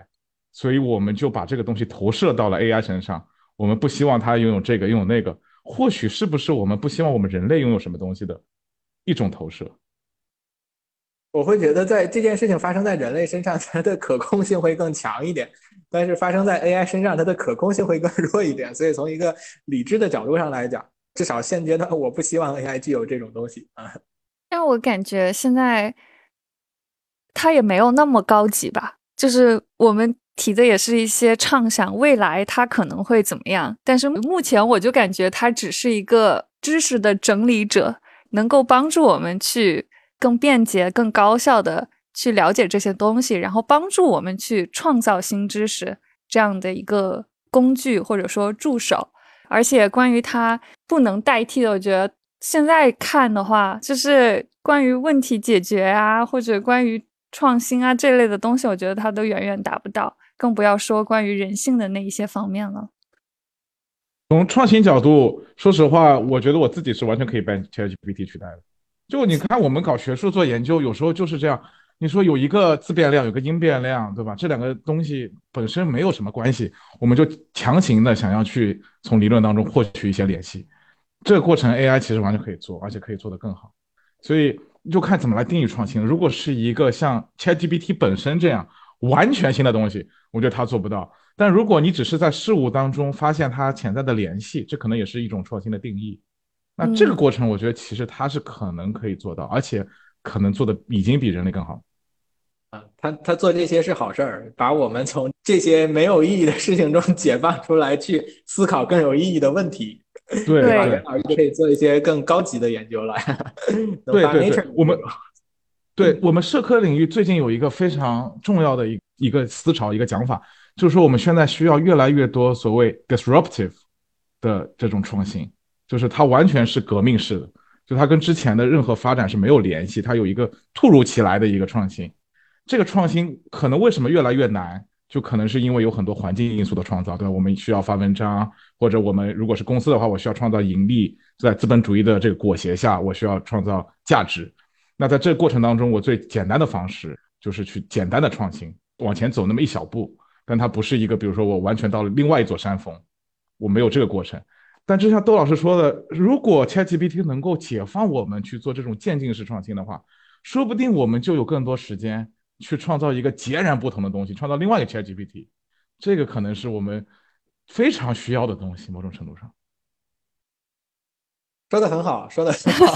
所以我们就把这个东西投射到了 A I 身上。我们不希望它拥有这个拥有那个，或许是不是我们不希望我们人类拥有什么东西的一种投射。 我会觉得在这件事情发生在人类身上，它的可控性会更强一点，但是发生在 A I 身上，它的可控性会更弱一点。所以从一个理智的角度上来讲，至少现阶段我不希望 A I 具有这种东西啊。 但我感觉现在它也没有那么高级吧，就是我们提的也是一些畅想未来它可能会怎么样，但是目前我就感觉它只是一个知识的整理者，能够帮助我们去更便捷更高效的去了解这些东西，然后帮助我们去创造新知识这样的一个工具或者说助手。而且关于它不能代替的，我觉得现在看的话，就是关于问题解决啊，或者关于创新啊这类的东西，我觉得它都远远达不到，更不要说关于人性的那一些方面了。 从创新角度，说实话，我觉得我自己是完全可以被 ChatGPT 取代的。就你看，我们搞学术做研究，有时候就是这样。你说有一个自变量，有个因变量，对吧？这两个东西本身没有什么关系，我们就强行的想要去从理论当中获取一些联系。这个过程 A I 其实完全可以做，而且可以做得更好。所以就看怎么来定义创新。如果是一个像 ChatGPT 本身这样完全新的东西，我觉得它做不到。但如果你只是在事物当中发现它潜在的联系，这可能也是一种创新的定义。那这个过程，我觉得其实它是可能可以做到，而且可能做的已经比人类更好。 啊，他他做这些是好事儿，把我们从这些没有意义的事情中解放出来，去思考更有意义的问题。 对对， 人脑就可以做一些更高级的研究了。 对对对，我们对我们社科领域最近有一个非常重要的一一个思潮，一个讲法，就是说我们现在需要越来越多所谓 disruptive 的这种创新，就是它完全是革命式的，就它跟之前的任何发展是没有联系，它有一个突如其来的一个创新。这个创新可能为什么越来越难，就可能是因为有很多环境因素的创造，对吧？我们需要发文章，或者我们如果是公司的话，我需要创造盈利，在资本主义的这个裹挟下，我需要创造价值。那在这个过程当中，我最简单的方式就是去简单的创新，往前走那么一小步，但它不是一个，比如说我完全到了另外一座山峰，我没有这个过程。但就像窦老师说的，如果 ChatGPT 能够解放我们去做这种渐进式创新的话，说不定我们就有更多时间去创造一个截然不同的东西，创造另外一个 ChatGPT， 这个可能是我们非常需要的东西，某种程度上。 说的很好，说的很好。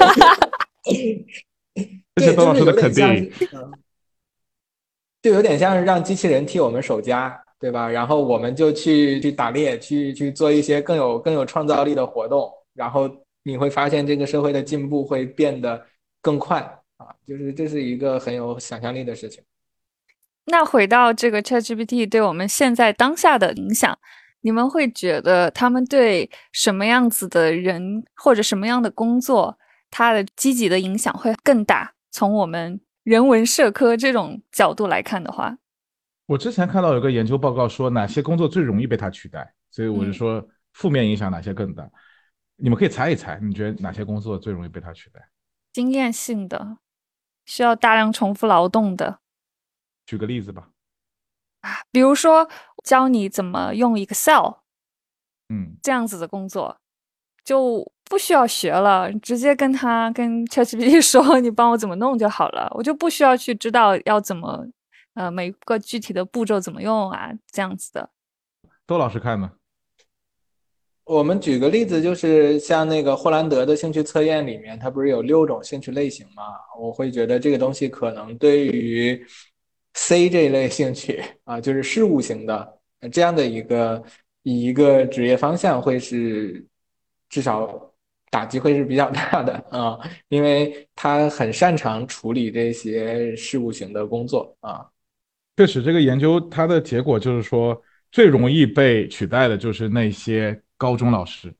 谢谢窦老师的肯定。 嗯，就有点像是让机器人替我们守家，对吧？然后我们就去去打猎，去去做一些更有更有创造力的活动，然后你会发现这个社会的进步会变得更快啊，就是这是一个很有想象力的事情。 那回到这个 ChatGPT 对我们现在当下的影响，你们会觉得他们对什么样子的人或者什么样的工作，它的积极的影响会更大？从我们人文社科这种角度来看的话， 我之前看到有个研究报告说哪些工作最容易被它取代，所以我就说负面影响哪些更大。嗯、你们可以猜一猜，你觉得哪些工作最容易被它取代？ 经验性的，需要大量重复劳动的。 举个例子吧。 比如说教你怎么用 Excel， 嗯， 这样子的工作就不需要学了，直接跟他跟 ChatGPT 说你帮我怎么弄就好了，我就不需要去知道要怎么呃每个具体的步骤怎么用啊，这样子的。 窦老师看呢？ 我们举个例子，就是像那个霍兰德的兴趣测验里面，它不是有六种兴趣类型吗？我会觉得这个东西可能对于 C 这一类兴趣啊，就是事务型的这样的一个一个职业方向，会是至少打击会是比较大的啊，因为他很擅长处理这些事务型的工作啊。 确实，这个研究它的结果就是说，最容易被取代的就是那些高中老师。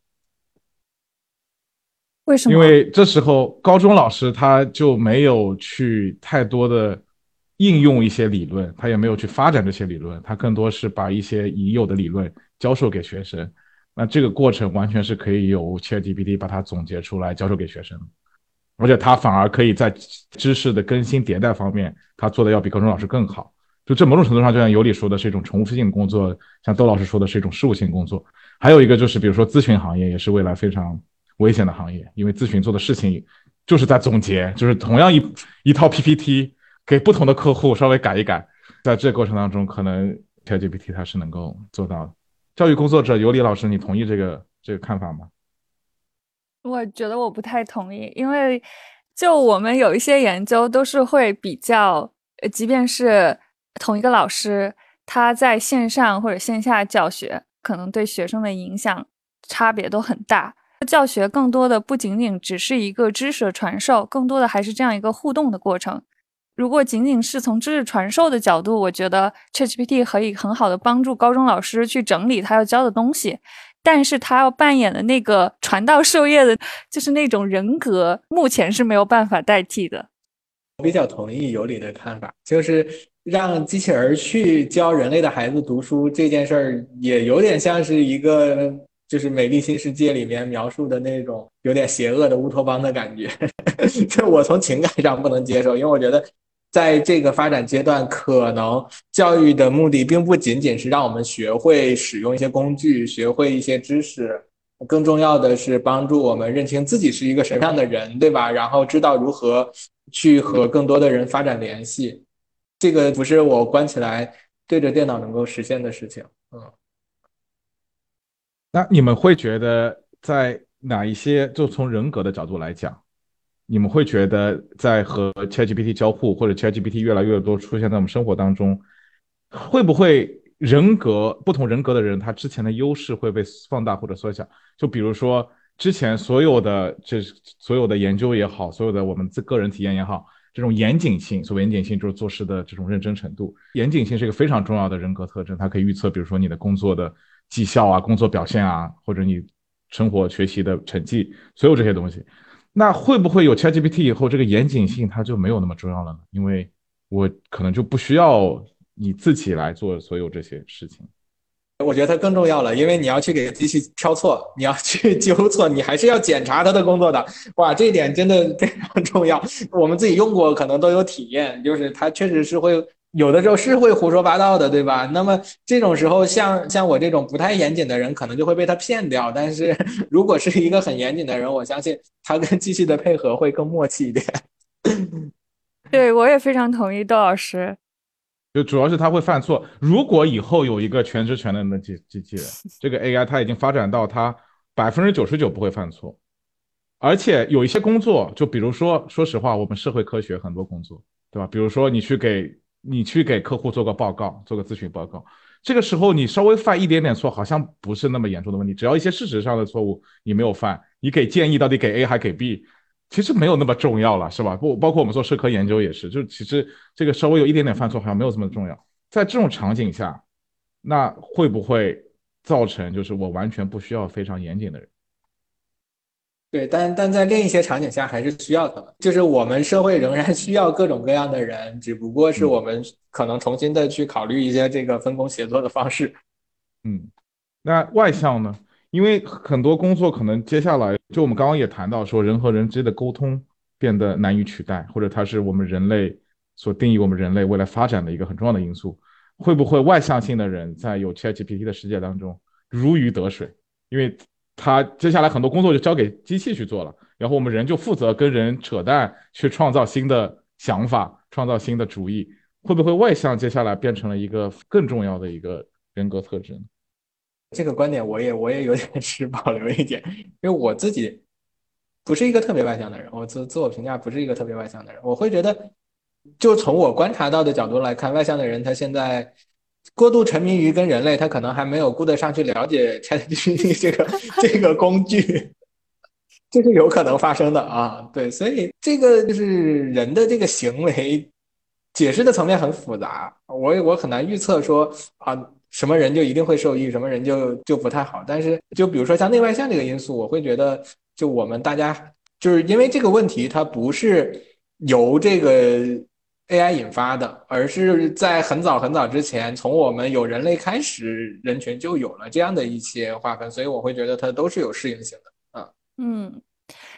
为什么？ 因为这时候高中老师他就没有去太多的应用一些理论，他也没有去发展这些理论，他更多是把一些已有的理论教授给学生。那这个过程完全是可以由 ChatGPT 把它总结出来教授给学生，而且他反而可以在知识的更新迭代方面，他做的要比高中老师更好。 就这某种程度上，就像尤里说的是一种重复性工作，像窦老师说的是一种事务性工作。还有一个就是，比如说咨询行业也是未来非常危险的行业，因为咨询做的事情就是在总结，就是同样一一套 P P T 给不同的客户稍微改一改，在这个过程当中，可能 ChatGPT 它是能够做到的。教育工作者尤里老师，你同意这个这个看法吗？ 我觉得我不太同意，因为就我们有一些研究都是会比较，即便是同一个老师，他在线上或者线下教学，可能对学生的影响差别都很大。教学更多的不仅仅只是一个知识的传授，更多的还是这样一个互动的过程。如果仅仅是从知识传授的角度，我觉得 ChatGPT 可以很好的帮助高中老师去整理他要教的东西，但是他要扮演的那个传道授业的，就是那种人格，目前是没有办法代替的。 我比较同意尤里的看法，就是让机器人去教人类的孩子读书这件事儿，也有点像是一个就是《美丽新世界》里面描述的那种有点邪恶的乌托邦的感觉。这我从情感上不能接受，因为我觉得在这个发展阶段，可能教育的目的并不仅仅是让我们学会使用一些工具，学会一些知识，更重要的是帮助我们认清自己是一个什么样的人，对吧？然后知道如何去和更多的人发展联系。这个不是我关起来对着电脑能够实现的事情。嗯， 那你们会觉得在哪一些，就从人格的角度来讲，你们会觉得在和 ChatGPT 交互或者 ChatGPT 越来越多出现在我们生活当中，会不会人格不同人格的人他之前的优势会被放大或者缩小？就比如说之前所有的这所有的研究也好，所有的我们自个人体验也好，这种严谨性，所谓严谨性就是做事的这种认真程度。严谨性是一个非常重要的人格特征，它可以预测，比如说你的工作的绩效啊、工作表现啊，或者你生活学习的成绩，所有这些东西。那会不会有 ChatGPT 以后，这个严谨性它就没有那么重要了呢？因为我可能就不需要你自己来做所有这些事情。 我觉得它更重要了，因为你要去给机器挑错，你要去纠错，你还是要检查它的工作的。哇，这一点真的非常重要。我们自己用过，可能都有体验，就是它确实是会有的时候是会胡说八道的，对吧？那么这种时候像，像我这种不太严谨的人，可能就会被他骗掉。但是如果是一个很严谨的人，我相信他跟机器的配合会更默契一点。 对，我也非常同意窦老师。 就主要是它会犯错。如果以后有一个全知全能的机机器人，这个 A I 它已经发展到它百分之九十九不会犯错，而且有一些工作，就比如说，说实话，我们社会科学很多工作，对吧？比如说你去给你去给客户做个报告，做个咨询报告，这个时候你稍微犯一点点错，好像不是那么严重的问题，只要一些事实上的错误你没有犯，你给建议到底给 A 还给 B，其实没有那么重要了，是吧？不，包括我们做社科研究也是，就其实这个稍微有一点点犯错，好像没有这么重要。在这种场景下，那会不会造成就是我完全不需要非常严谨的人？ 对，但但在另一些场景下还是需要的，就是我们社会仍然需要各种各样的人，只不过是我们可能重新的去考虑一些这个分工协作的方式。 嗯，那外向呢？因为很多工作可能接下来，就我们刚刚也谈到说，人和人之间的沟通变得难以取代，或者它是我们人类所定义我们人类未来发展的一个很重要的因素。会不会外向性的人在有 ChatGPT 的世界当中如鱼得水？因为他接下来很多工作就交给机器去做了，然后我们人就负责跟人扯淡，去创造新的想法，创造新的主意。会不会外向接下来变成了一个更重要的一个人格特质呢？ 这个观点我也我也有点持保留一点，因为我自己不是一个特别外向的人，我自自我评价不是一个特别外向的人。我会觉得，就从我观察到的角度来看，外向的人他现在过度沉迷于跟人类，他可能还没有顾得上去了解 ChatGPT 这个这个工具，这是有可能发生的啊。对，所以这个就是人的这个行为解释的层面很复杂，我我很难预测说啊。什么人就一定会受益，什么人就就不太好。但是就比如说像内外向这个因素，我会觉得就我们大家就是因为这个问题，它不是由这个 A I 引发的，而是在很早很早之前，从我们有人类开始，人群就有了这样的一些划分，所以我会觉得它都是有适应性的啊。 嗯，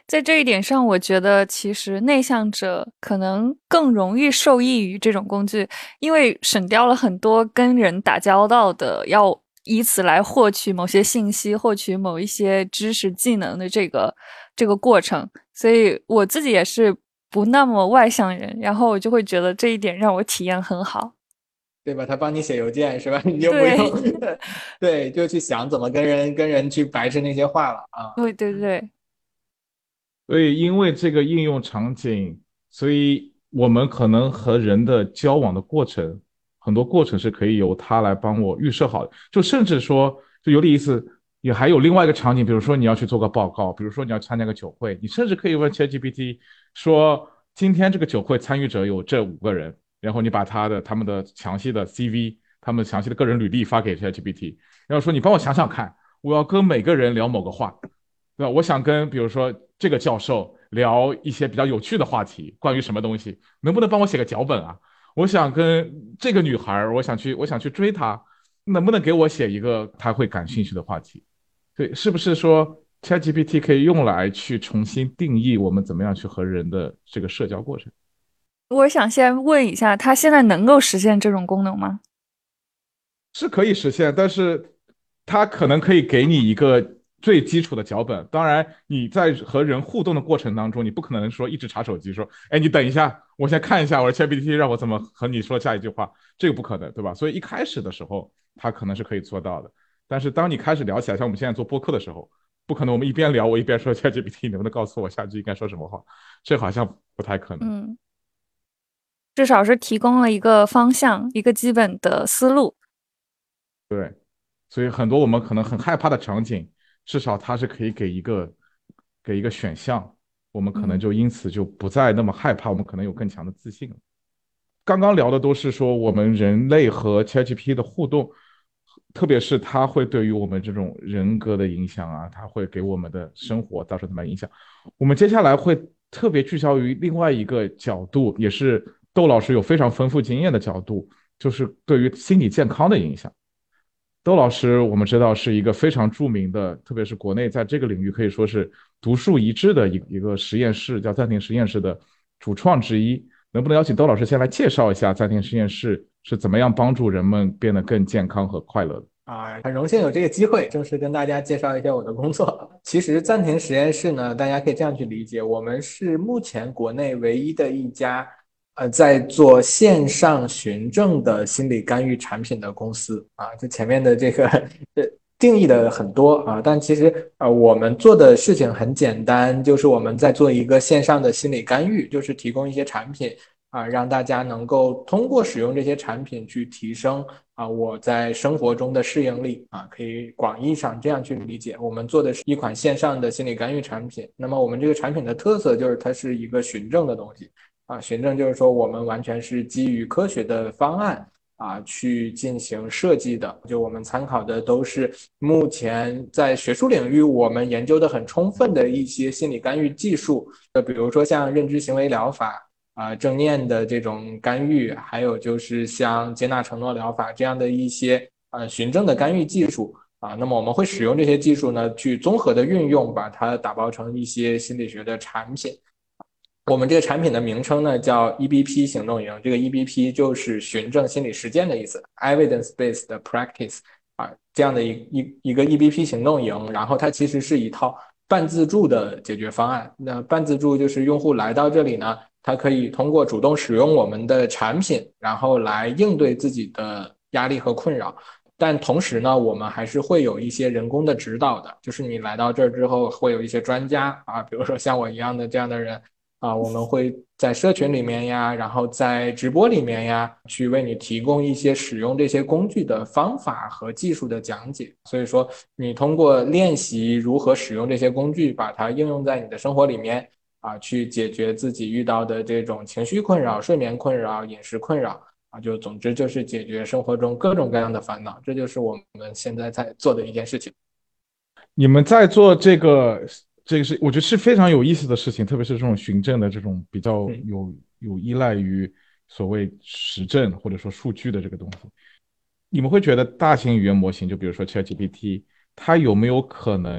在这一点上，我觉得其实内向者可能更容易受益于这种工具，因为省掉了很多跟人打交道的，要以此来获取某些信息、获取某一些知识技能的这个这个过程。所以我自己也是不那么外向人，然后我就会觉得这一点让我体验很好。 对吧？他帮你写邮件是吧？你就不用对，就去想怎么跟人跟人去白吃那些话了啊。 对对对。 所以因为这个应用场景，所以我们可能和人的交往的过程，很多过程是可以由它来帮我预设好的。就甚至说，就有点意思，也还有另外一个场景，比如说你要去做个报告，比如说你要参加个酒会，你甚至可以问 ChatGPT 说，今天这个酒会参与者有这五个人，然后你把他的他们的详细的 C V，他们详细的个人履历发给 ChatGPT，然后说你帮我想想看，我要跟每个人聊某个话。对吧？我想跟比如说这个教授聊一些比较有趣的话题，关于什么东西，能不能帮我写个脚本啊？我想跟这个女孩，我想去，我想去追她，能不能给我写一个她会感兴趣的话题？对，是不是说 ChatGPT 可以用来去重新定义我们怎么样去和人的这个社交过程？ 我想先问一下，它现在能够实现这种功能吗？ 是可以实现，但是它可能可以给你一个最基础的脚本。当然，你在和人互动的过程当中，你不可能说一直查手机说，哎，你等一下，我先看一下我的 ChatGPT 让我怎么和你说下一句话，这个不可能，对吧？所以一开始的时候，它可能是可以做到的。但是当你开始聊起来，像我们现在做播客的时候，不可能我们一边聊我一边说 ChatGPT 能不能告诉我下句应该说什么话，这好像不太可能。 嗯，至少是提供了一个方向，一个基本的思路。 对，所以很多我们可能很害怕的场景，至少它是可以给一个给一个选项，我们可能嗯就因此就不再那么害怕，我们可能有更强的自信了。刚刚聊的都是说我们人类和 ChatGPT 的互动，特别是它会对于我们这种人格的影响啊，它会给我们的生活造成什么影响。我们接下来会特别聚焦于另外一个角度，也是窦老师有非常丰富经验的角度，就是对于心理健康的影响。窦老师，我们知道是一个非常著名的，特别是国内在这个领域可以说是独树一帜的一一个实验室，叫暂停实验室的主创之一。能不能邀请窦老师先来介绍一下暂停实验室是怎么样帮助人们变得更健康和快乐的？ 啊，很荣幸有这个机会，正式跟大家介绍一下我的工作。其实暂停实验室呢，大家可以这样去理解，我们是目前国内唯一的一家，呃，在做线上循证的心理干预产品的公司啊。这前面的这个呃定义的很多啊，但其实呃我们做的事情很简单，就是我们在做一个线上的心理干预，就是提供一些产品。啊，让大家能够通过使用这些产品去提升啊我在生活中的适应力啊，可以广义上这样去理解。我们做的是一款线上的心理干预产品，那么我们这个产品的特色就是它是一个循证的东西啊，循证就是说我们完全是基于科学的方案啊去进行设计的，就我们参考的都是目前在学术领域我们研究的很充分的一些心理干预技术，呃，比如说像认知行为疗法。啊、呃，正念的这种干预，还有就是像接纳承诺疗法这样的一些呃循证的干预技术啊，那么我们会使用这些技术呢，去综合的运用，把它打包成一些心理学的产品。我们这个产品的名称呢叫 E B P 行动营，这个 E B P 就是循证心理实践的意思 ，Evidence-based Practice 啊，这样的一一一个 E B P 行动营，然后它其实是一套半自助的解决方案。那半自助就是用户来到这里呢，他可以通过主动使用我们的产品，然后来应对自己的压力和困扰。但同时呢，我们还是会有一些人工的指导的，就是你来到这儿之后，会有一些专家啊，比如说像我一样的这样的人。啊，我们会在社群里面呀，然后在直播里面呀，去为你提供一些使用这些工具的方法和技术的讲解。所以说，你通过练习如何使用这些工具，把它应用在你的生活里面啊，去解决自己遇到的这种情绪困扰、睡眠困扰、饮食困扰啊，就总之就是解决生活中各种各样的烦恼。这就是我们现在在做的一件事情。 你们在做这个，这个是我觉得是非常有意思的事情，特别是这种循证的这种比较有有依赖于所谓实证或者说数据的这个东西。你们会觉得大型语言模型，就比如说 ChatGPT，它有没有可能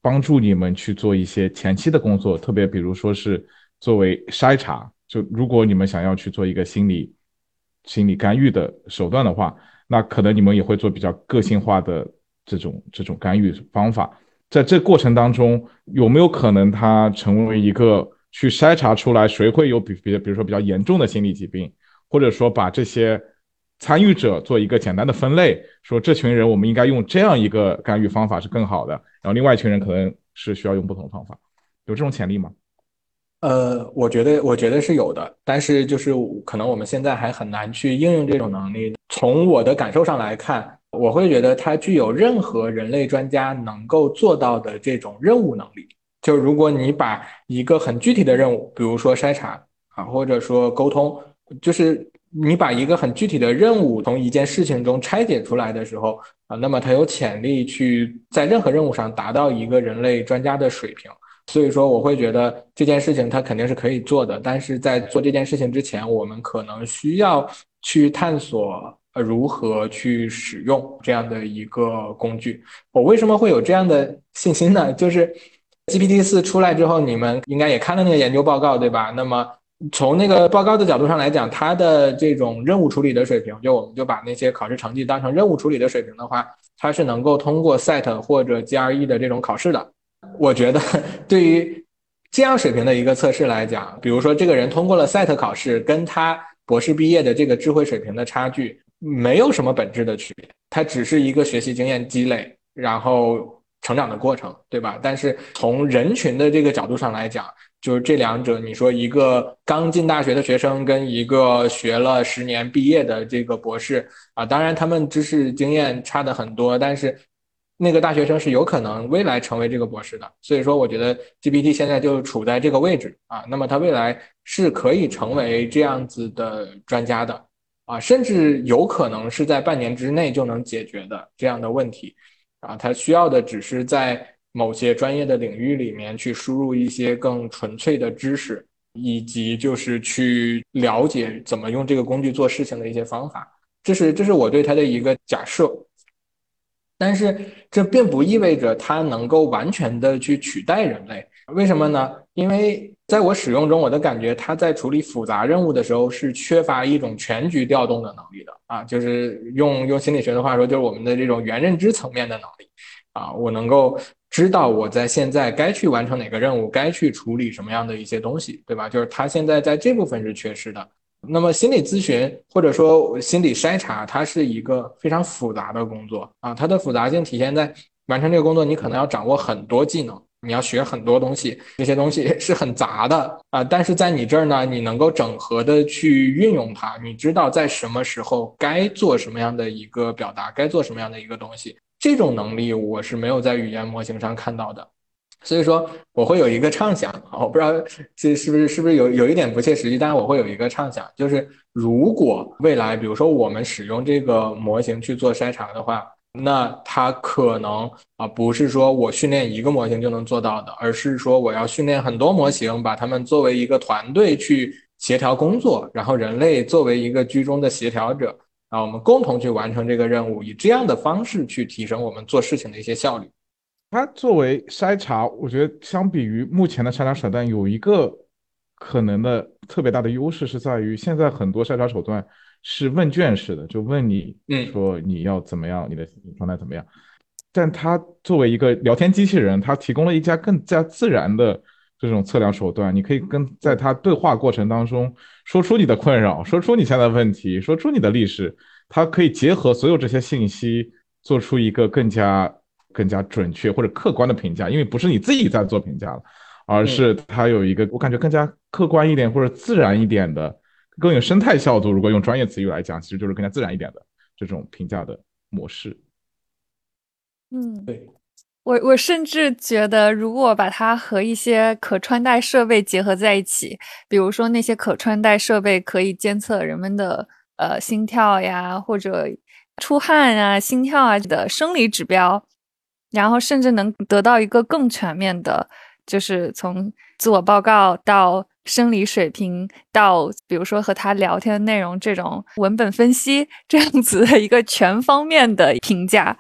帮助你们去做一些前期的工作，特别比如说是作为筛查，就如果你们想要去做一个心理心理干预的手段的话，那可能你们也会做比较个性化的这种这种干预方法。在这过程当中，有没有可能它成为一个去筛查出来谁会有比比比如说比较严重的心理疾病，或者说把这些参与者做一个简单的分类，说这群人我们应该用这样一个干预方法是更好的，然后另外一群人可能是需要用不同的方法，有这种潜力吗？ 呃，我觉得我觉得是有的，但是就是可能我们现在还很难去应用这种能力。从我的感受上来看，我会觉得它具有任何人类专家能够做到的这种任务能力。就如果你把一个很具体的任务，比如说筛查啊，或者说沟通，就是你把一个很具体的任务从一件事情中拆解出来的时候啊，那么它有潜力去在任何任务上达到一个人类专家的水平。所以说我会觉得这件事情它肯定是可以做的，但是在做这件事情之前，我们可能需要去探索呃如何去使用这样的一个工具。我为什么会有这样的信心呢？就是 G P T 四 出来之后，你们应该也看了那个研究报告，对吧？那么从那个报告的角度上来讲，它的这种任务处理的水平，就我们就把那些考试成绩当成任务处理的水平的话，它是能够通过 S A T 或者 G R E 的这种考试的。我觉得对于这样水平的一个测试来讲，比如说这个人通过了 S A T 考试，跟他博士毕业的这个智慧水平的差距没有什么本质的区别，它只是一个学习经验积累，然后成长的过程，对吧？但是从人群的这个角度上来讲，就是这两者，你说一个刚进大学的学生跟一个学了十年毕业的这个博士啊，当然他们知识经验差的很多，但是那个大学生是有可能未来成为这个博士的。所以说我觉得 G P T 现在就处在这个位置啊，那么它未来是可以成为这样子的专家的啊，甚至有可能是在半年之内就能解决的这样的问题啊，它需要的只是在某些专业的领域里面去输入一些更纯粹的知识，以及就是去了解怎么用这个工具做事情的一些方法。这是这是我对它的一个假设。但是这并不意味着它能够完全的去取代人类。为什么呢？因为在我使用中，我的感觉它在处理复杂任务的时候是缺乏一种全局调动的能力的啊，就是用用心理学的话说，就是我们的这种原认知层面的能力啊，我能够知道我在现在该去完成哪个任务，该去处理什么样的一些东西，对吧？就是它现在在这部分是缺失的。那么心理咨询或者说心理筛查，它是一个非常复杂的工作啊，它的复杂性体现在完成这个工作，你可能要掌握很多技能，你要学很多东西，这些东西是很杂的啊。但是在你这儿呢，你能够整合的去运用它，你知道在什么时候该做什么样的一个表达，该做什么样的一个东西，这种能力我是没有在语言模型上看到的。所以说我会有一个畅想，我不知道这是不是是不是有有一点不切实际，但是我会有一个畅想，就是如果未来比如说我们使用这个模型去做筛查的话，那它可能啊不是说我训练一个模型就能做到的，而是说我要训练很多模型，把它们作为一个团队去协调工作，然后人类作为一个居中的协调者啊，我们共同去完成这个任务，以这样的方式去提升我们做事情的一些效率。 它作为筛查，我觉得相比于目前的筛查手段，有一个可能的特别大的优势是在于，现在很多筛查手段是问卷式的，就问你说你要怎么样，你的心理状态怎么样。但它作为一个聊天机器人，它提供了一家更加自然的这种测量手段，你可以跟在它对话过程当中说出你的困扰，说出你现在的问题，说出你的历史，它可以结合所有这些信息，做出一个更加更加准确或者客观的评价，因为不是你自己在做评价了，而是它有一个我感觉更加客观一点或者自然一点的，更有生态效度。如果用专业词语来讲，其实就是更加自然一点的这种评价的模式。 嗯， 对， 我我甚至觉得，如果把它和一些可穿戴设备结合在一起，比如说那些可穿戴设备可以监测人们的呃心跳呀，或者出汗啊、心跳啊的生理指标，然后甚至能得到一个更全面的，就是从自我报告到生理水平到比如说和他聊天的内容这种文本分析这样子的一个全方面的评价。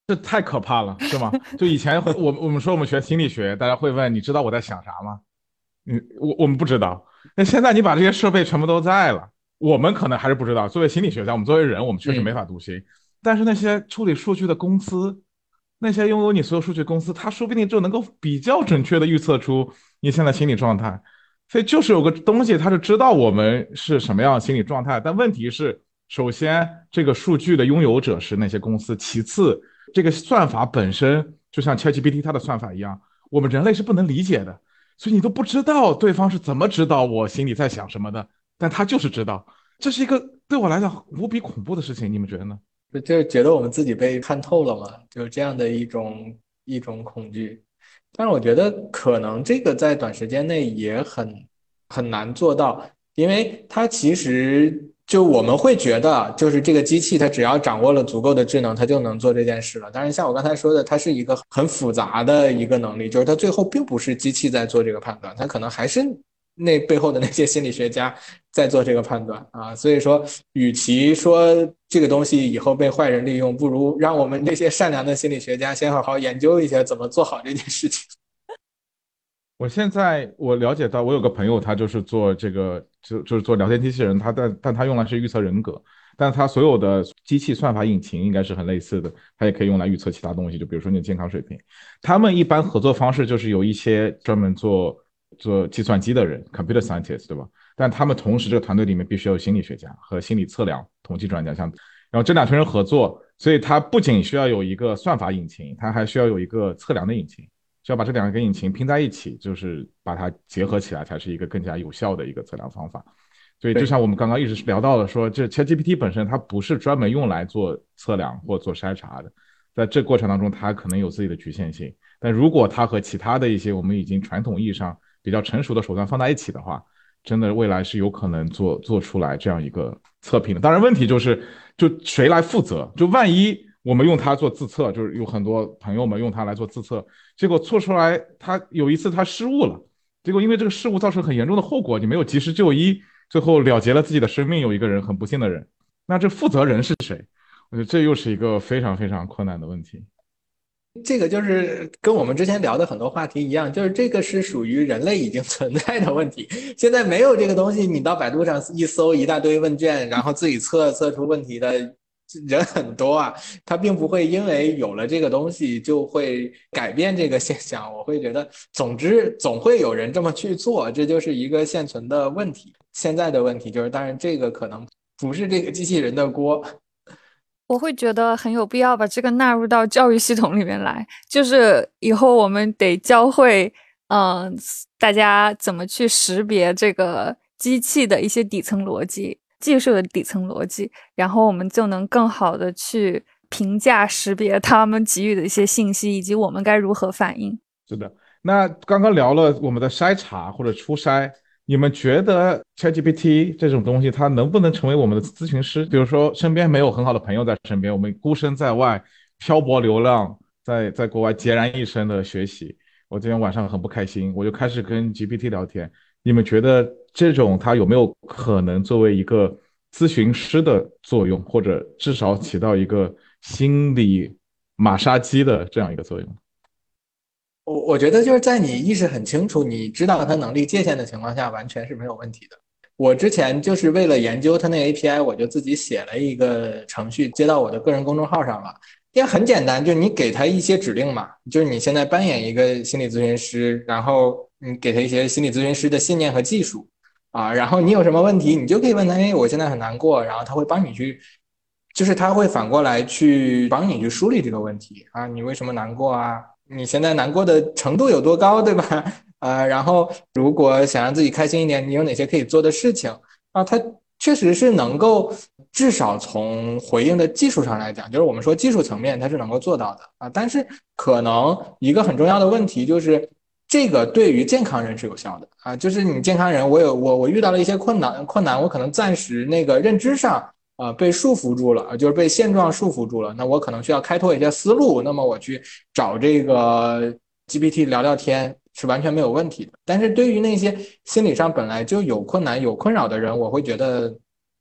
这太可怕了，是吗？就以前我我们说我们学心理学，大家会问你知道我在想啥吗？嗯，我我们不知道。那现在你把这些设备全部都在了，我们可能还是不知道。作为心理学家，我们作为人，我们确实没法读心。但是那些处理数据的公司，那些拥有你所有数据的公司，它说不定就能够比较准确的预测出你现在心理状态。所以就是有个东西，它是知道我们是什么样的心理状态。但问题是，首先这个数据的拥有者是那些公司，其次这个算法本身就像 ChatGPT 它的算法一样，我们人类是不能理解的。所以你都不知道对方是怎么知道我心里在想什么的，但他就是知道，这是一个对我来讲无比恐怖的事情，你们觉得呢？ 就觉得我们自己被看透了嘛，就是这样的一种一种恐惧。但是我觉得可能这个在短时间内也很很难做到，因为它其实就我们会觉得，就是这个机器它只要掌握了足够的智能，它就能做这件事了。但是像我刚才说的，它是一个很复杂的一个能力，就是它最后并不是机器在做这个判断，它可能还是那背后的那些心理学家在做这个判断啊。所以说，与其说这个东西以后被坏人利用，不如让我们这些善良的心理学家先好好研究一下怎么做好这件事情。 我现在我了解到，我有个朋友，他就是做这个，就就是做聊天机器人，他但但他用的是预测人格，但他所有的机器算法引擎应该是很类似的，它也可以用来预测其他东西，就比如说你的健康水平。他们一般合作方式就是有一些专门做做计算机的人 （computer scientist），对吧？但他们同时这个团队里面必须要有心理学家和心理测量统计专家，像然后这两群人合作，所以他不仅需要有一个算法引擎，他还需要有一个测量的引擎。需要把这两个引擎拼在一起，就是把它结合起来，才是一个更加有效的一个测量方法。所以，就像我们刚刚一直聊到的说，这 ChatGPT 本身它不是专门用来做测量或做筛查的，在这过程当中，它可能有自己的局限性。但如果它和其他的一些我们已经传统意义上比较成熟的手段放在一起的话，真的未来是有可能做做出来这样一个测评的。当然，问题就是就谁来负责？就万一我们用它做自测，就是有很多朋友们用它来做自测，结果测出来他有一次他失误了，结果因为这个失误造成很严重的后果，你没有及时就医，最后了结了自己的生命，有一个人很不幸的人，那这负责人是谁？我觉得这又是一个非常非常困难的问题。 这个就是跟我们之前聊的很多话题一样，就是这个是属于人类已经存在的问题。现在没有这个东西，你到百度上一搜一大堆问卷，然后自己测测出问题的人很多啊，他并不会因为有了这个东西就会改变这个现象。我会觉得，总之总会有人这么去做，这就是一个现存的问题。现在的问题就是，当然这个可能不是这个机器人的锅。 我会觉得很有必要把这个纳入到教育系统里面来，就是以后我们得教会，嗯、呃，大家怎么去识别这个机器的一些底层逻辑、技术的底层逻辑，然后我们就能更好的去评价、识别他们给予的一些信息，以及我们该如何反应。 是的，那刚刚聊了我们的筛查或者初筛，你们觉得 ChatGPT 这种东西，它能不能成为我们的咨询师？比如说，身边没有很好的朋友在身边，我们孤身在外漂泊流浪，在在国外孑然一身的学习。我今天晚上很不开心，我就开始跟 G P T 聊天。你们觉得这种它有没有可能作为一个咨询师的作用，或者至少起到一个心理马杀鸡的这样一个作用？ 我我觉得就是在你意识很清楚，你知道它能力界限的情况下，完全是没有问题的。我之前就是为了研究它那个 A P I，我就自己写了一个程序接到我的个人公众号上了。也很简单，就是你给他一些指令嘛，就是你现在扮演一个心理咨询师，然后你给他一些心理咨询师的信念和技术啊，然后你有什么问题，你就可以问他，哎，我现在很难过，然后他会帮你去，就是他会反过来去帮你去梳理这个问题啊，你为什么难过啊？你现在难过的程度有多高，对吧？呃，然后如果想让自己开心一点，你有哪些可以做的事情啊？它确实是能够，至少从回应的技术上来讲，就是我们说技术层面它是能够做到的啊。但是可能一个很重要的问题就是，这个对于健康人是有效的啊，就是你健康人，我有我我遇到了一些困难困难，我可能暂时那个认知上。呃，被束缚住了，就是被现状束缚住了。那我可能需要开拓一些思路，那么我去找这个 G P T 聊聊天是完全没有问题的。但是对于那些心理上本来就有困难、有困扰的人，我会觉得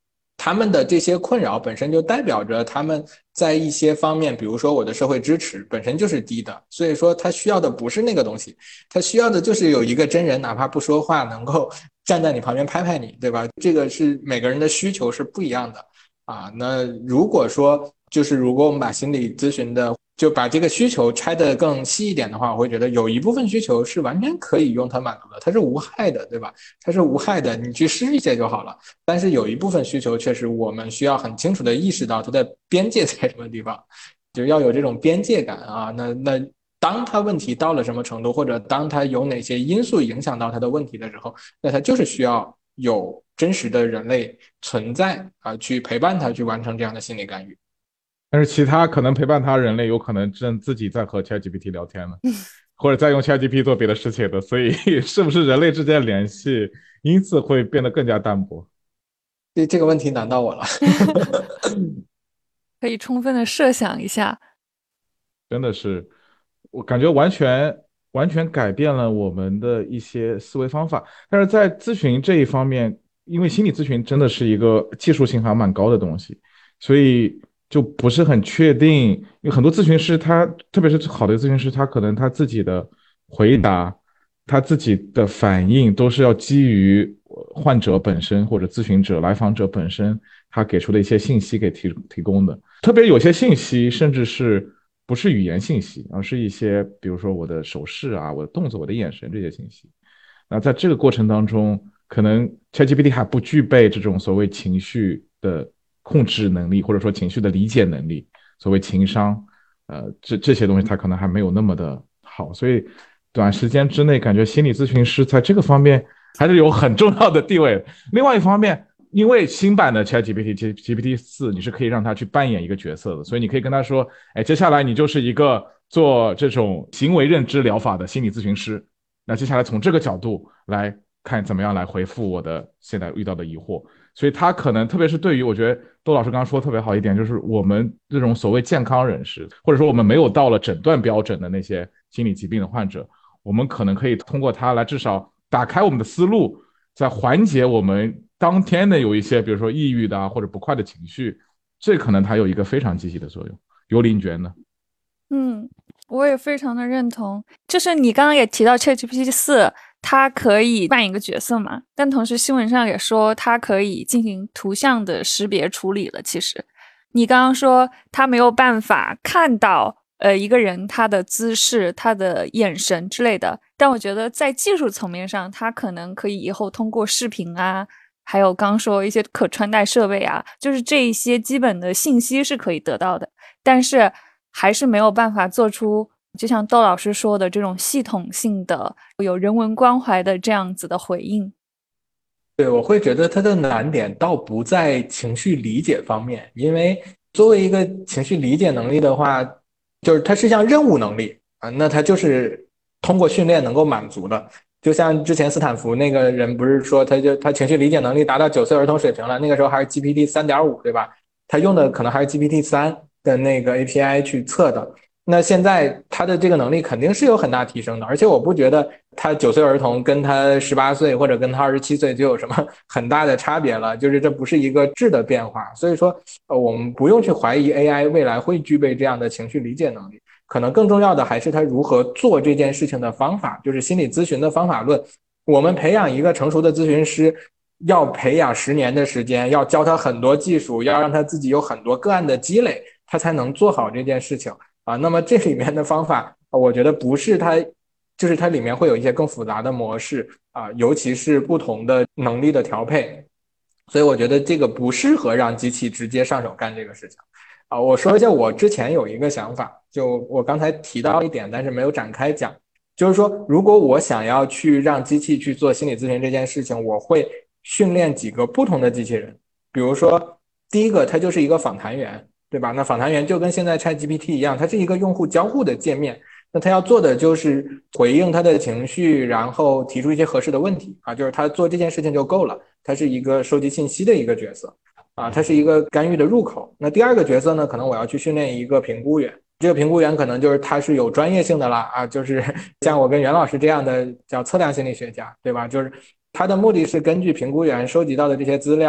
他们的这些困扰本身就代表着他们在一些方面，比如说我的社会支持本身就是低的，所以说他需要的不是那个东西，他需要的就是有一个真人哪怕不说话能够站在你旁边拍拍你，对吧？这个是每个人的需求是不一样的啊。那如果说就是如果我们把心理咨询的就把这个需求拆得更细一点的话，我会觉得有一部分需求是完全可以用它满足的，它是无害的，对吧？它是无害的，你去试一些就好了。但是有一部分需求确实我们需要很清楚地意识到它的边界在什么地方，就要有这种边界感啊。那那当它问题到了什么程度，或者当它有哪些因素影响到它的问题的时候，那它就是需要有真实的人类存在啊，去陪伴它去完成这样的心理干预。 但是其他可能陪伴他人类有可能正自己在和 ChatGPT 聊天呢，或者在用 ChatGPT 做别的事情的，所以是不是人类之间的联系因此会变得更加淡薄？ 这这个问题难到我了。 可以充分的设想一下。 真的是，我感觉完全完全改变了我们的一些思维方法。但是在咨询这一方面，因为心理咨询真的是一个技术性还蛮高的东西，所以就不是很确定。因为很多咨询师他，特别是好的咨询师，他可能他自己的回答，他自己的反应都是要基于患者本身或者咨询者、来访者本身他给出的一些信息给提提供的。特别有些信息甚至是不是语言信息，而是一些比如说我的手势啊、我的动作、我的眼神这些信息。那在这个过程当中，可能 ChatGPT 还不具备这种所谓情绪的控制能力，或者说情绪的理解能力，所谓情商，呃，这这些东西它可能还没有那么的好，所以短时间之内感觉心理咨询师在这个方面还是有很重要的地位。另外一方面，因为新版的 ChatGPT G P T 四，你是可以让它去扮演一个角色的，所以你可以跟他说，哎，接下来你就是一个做这种行为认知疗法的心理咨询师，那接下来从这个角度来看怎么样来回复我的现在遇到的疑惑。所以他可能特别是对于我觉得窦老师刚刚说特别好一点，就是我们这种所谓健康人士，或者说我们没有到了诊断标准的那些心理疾病的患者，我们可能可以通过它来至少打开我们的思路，在缓解我们当天的有一些比如说抑郁的、啊、或者不快的情绪，这可能它有一个非常积极的作用。尤林觉得呢？ 嗯，我也非常的认同。就是你刚刚也提到 ChatGPT 四，它可以扮演一个角色嘛，但同时新闻上也说它可以进行图像的识别处理了。其实你刚刚说它没有办法看到呃一个人他的姿势、他的眼神之类的，但我觉得在技术层面上，它可能可以以后通过视频啊，还有刚说一些可穿戴设备啊，就是这一些基本的信息是可以得到的，但是还是没有办法做出就像窦老师说的这种系统性的有人文关怀的这样子的回应。 对，我会觉得它的难点倒不在情绪理解方面，因为作为一个情绪理解能力的话，就是它是一项任务能力啊，那它就是通过训练能够满足的。就像之前斯坦福那个人不是说他就他情绪理解能力达到九岁儿童水平了，那个时候还是 G P T 三点五 对吧？他用的可能还是 G P T 三的那个 A P I 去测的。那现在他的这个能力肯定是有很大提升的，而且我不觉得他九岁儿童跟他十八岁或者跟他二十七岁就有什么很大的差别了，就是这不是一个质的变化。所以说呃，我们不用去怀疑 A I 未来会具备这样的情绪理解能力，可能更重要的还是他如何做这件事情的方法，就是心理咨询的方法论。我们培养一个成熟的咨询师要培养十年的时间，要教他很多技术，要让他自己有很多个案的积累，他才能做好这件事情啊。那么这里面的方法我觉得不是它，就是它里面会有一些更复杂的模式啊，尤其是不同的能力的调配，所以我觉得这个不适合让机器直接上手干这个事情啊。我说一下我之前有一个想法，就我刚才提到一点但是没有展开讲，就是说如果我想要去让机器去做心理咨询这件事情，我会训练几个不同的机器人。比如说第一个，它就是一个访谈员，对吧？那访谈员就跟现在 ChatGPT 一样，它是一个用户交互的界面，那他要做的就是回应他的情绪，然后提出一些合适的问题啊，就是他做这件事情就够了，他是一个收集信息的一个角色啊，它是一个干预的入口。那第二个角色呢，可能我要去训练一个评估员，这个评估员可能就是他是有专业性的啦啊，就是像我跟袁老师这样的叫测量心理学家，对吧？就是他的目的是根据评估员收集到的这些资料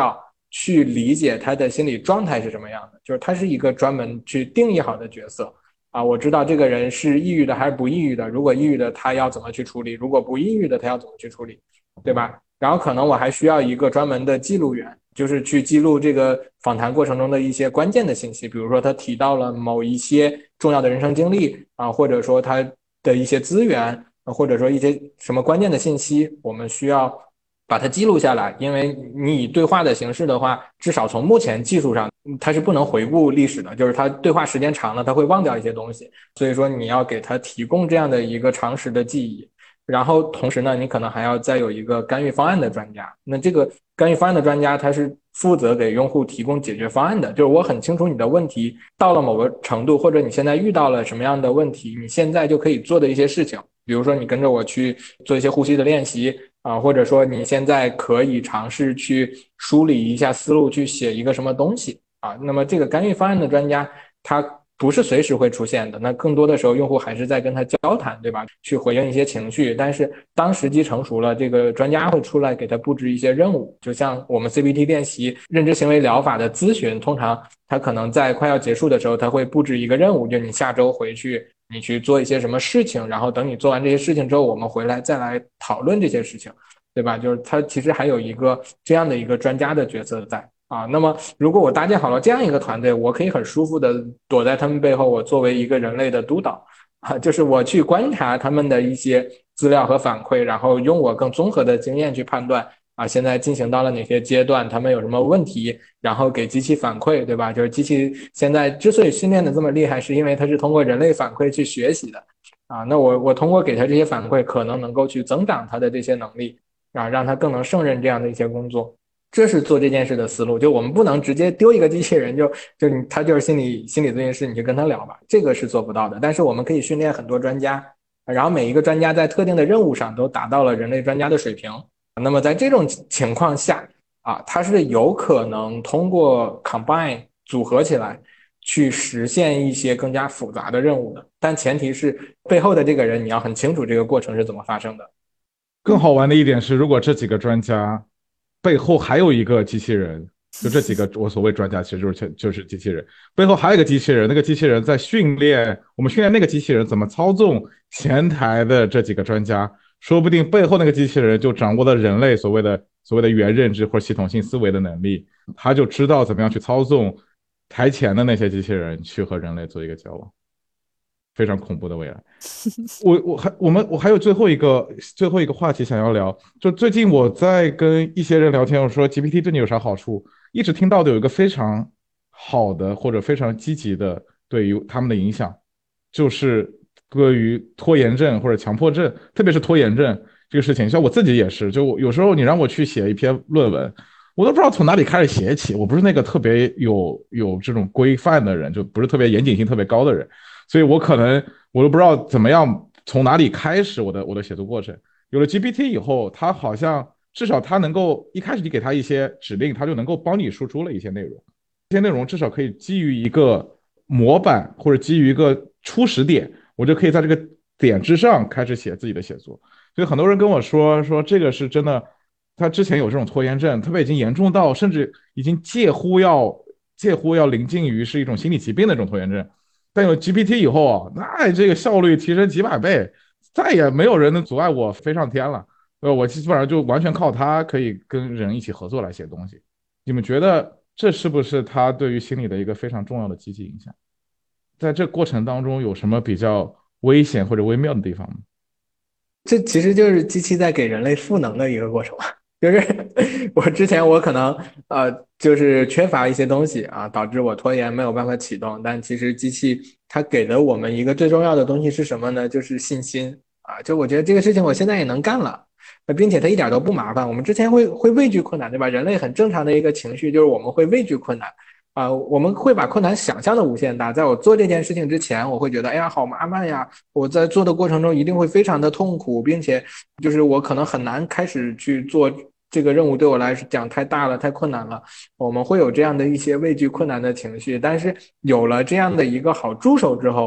去理解他的心理状态是什么样的，就是他是一个专门去定义好的角色啊，我知道这个人是抑郁的还是不抑郁的，如果抑郁的他要怎么去处理，如果不抑郁的他要怎么去处理，对吧？然后可能我还需要一个专门的记录员，就是去记录这个访谈过程中的一些关键的信息，比如说他提到了某一些重要的人生经历啊，或者说他的一些资源，或者说一些什么关键的信息，我们需要把它记录下来，因为你以对话的形式的话，至少从目前技术上它是不能回顾历史的，就是它对话时间长了它会忘掉一些东西，所以说你要给它提供这样的一个常识的记忆。然后同时呢，你可能还要再有一个干预方案的专家。那这个干预方案的专家，他是负责给用户提供解决方案的。就是我很清楚你的问题到了某个程度，或者你现在遇到了什么样的问题，你现在就可以做的一些事情。比如说你跟着我去做一些呼吸的练习啊，或者说你现在可以尝试去梳理一下思路，去写一个什么东西啊。那么这个干预方案的专家，他不是随时会出现的，那更多的时候用户还是在跟他交谈，对吧？去回应一些情绪，但是当时机成熟了，这个专家会出来给他布置一些任务，就像我们 C B T 练习认知行为疗法的咨询，通常他可能在快要结束的时候，他会布置一个任务，就你下周回去你去做一些什么事情，然后等你做完这些事情之后，我们回来再来讨论这些事情，对吧？就是他其实还有一个这样的一个专家的角色在。啊，那么如果我搭建好了这样一个团队，我可以很舒服的躲在他们背后，我作为一个人类的督导啊，就是我去观察他们的一些资料和反馈，然后用我更综合的经验去判断啊，现在进行到了哪些阶段，他们有什么问题，然后给机器反馈，对吧？就是机器现在之所以训练的这么厉害，是因为它是通过人类反馈去学习的啊。那我我通过给它这些反馈，可能能够去增长它的这些能力啊，让它更能胜任这样的一些工作。这是做这件事的思路，就我们不能直接丢一个机器人，就就你他就是心理心理咨询师，你就跟他聊吧，这个是做不到的。但是我们可以训练很多专家，然后每一个专家在特定的任务上都达到了人类专家的水平。那么在这种情况下啊，它是有可能通过 combine 组合起来去实现一些更加复杂的任务的，但前提是背后的这个人你要很清楚这个过程是怎么发生的。 更好玩的一点是，如果这几个专家背后还有一个机器人，就这几个我所谓专家其实就是就是机器人，背后还有一个机器人，那个机器人在训练我们训练那个机器人怎么操纵前台的这几个专家，说不定背后那个机器人就掌握了人类所谓的所谓的元认知或者系统性思维的能力，他就知道怎么样去操纵台前的那些机器人去和人类做一个交往。非常恐怖的未来。我我还我们我还有最后一个最后一个话题想要聊，就最近我在跟一些人聊天，我说 G P T 对你有啥好处？一直听到的有一个非常好的或者非常积极的对于他们的影响，就是对于拖延症或者强迫症，特别是拖延症这个事情，像我自己也是，就有时候你让我去写一篇论文，我都不知道从哪里开始写起。我不是那个特别有有这种规范的人，就不是特别严谨性特别高的人。所以我可能我都不知道怎么样从哪里开始我的我的写作过程。有了 G P T 以后，它好像至少它能够一开始你给它一些指令，它就能够帮你输出了一些内容。这些内容至少可以基于一个模板或者基于一个初始点，我就可以在这个点之上开始写自己的写作。所以很多人跟我说说这个是真的，他之前有这种拖延症，特别已经严重到甚至已经介乎要介乎要临近于是一种心理疾病的这种拖延症。但有 G P T 以后啊，那这个效率提升几百倍，再也没有人能阻碍我飞上天了。呃，我基本上就完全靠它可以跟人一起合作来写东西。你们觉得这是不是它对于心理的一个非常重要的积极影响？在这过程当中有什么比较危险或者微妙的地方吗？ 这其实就是机器在给人类赋能的一个过程嘛。就是我之前我可能呃就是缺乏一些东西啊，导致我拖延没有办法启动。但其实机器它给了我们一个最重要的东西是什么呢？就是信心啊。就我觉得这个事情我现在也能干了，并且它一点都不麻烦。我们之前会会畏惧困难，对吧？人类很正常的一个情绪就是我们会畏惧困难啊，我们会把困难想象的无限大。在我做这件事情之前，我会觉得，哎呀，好麻烦呀！我在做的过程中一定会非常的痛苦，并且就是我可能很难开始去做这个任务，对我来讲太大了，太困难了。我们会有这样的一些畏惧困难的情绪，但是有了这样的一个好助手之后，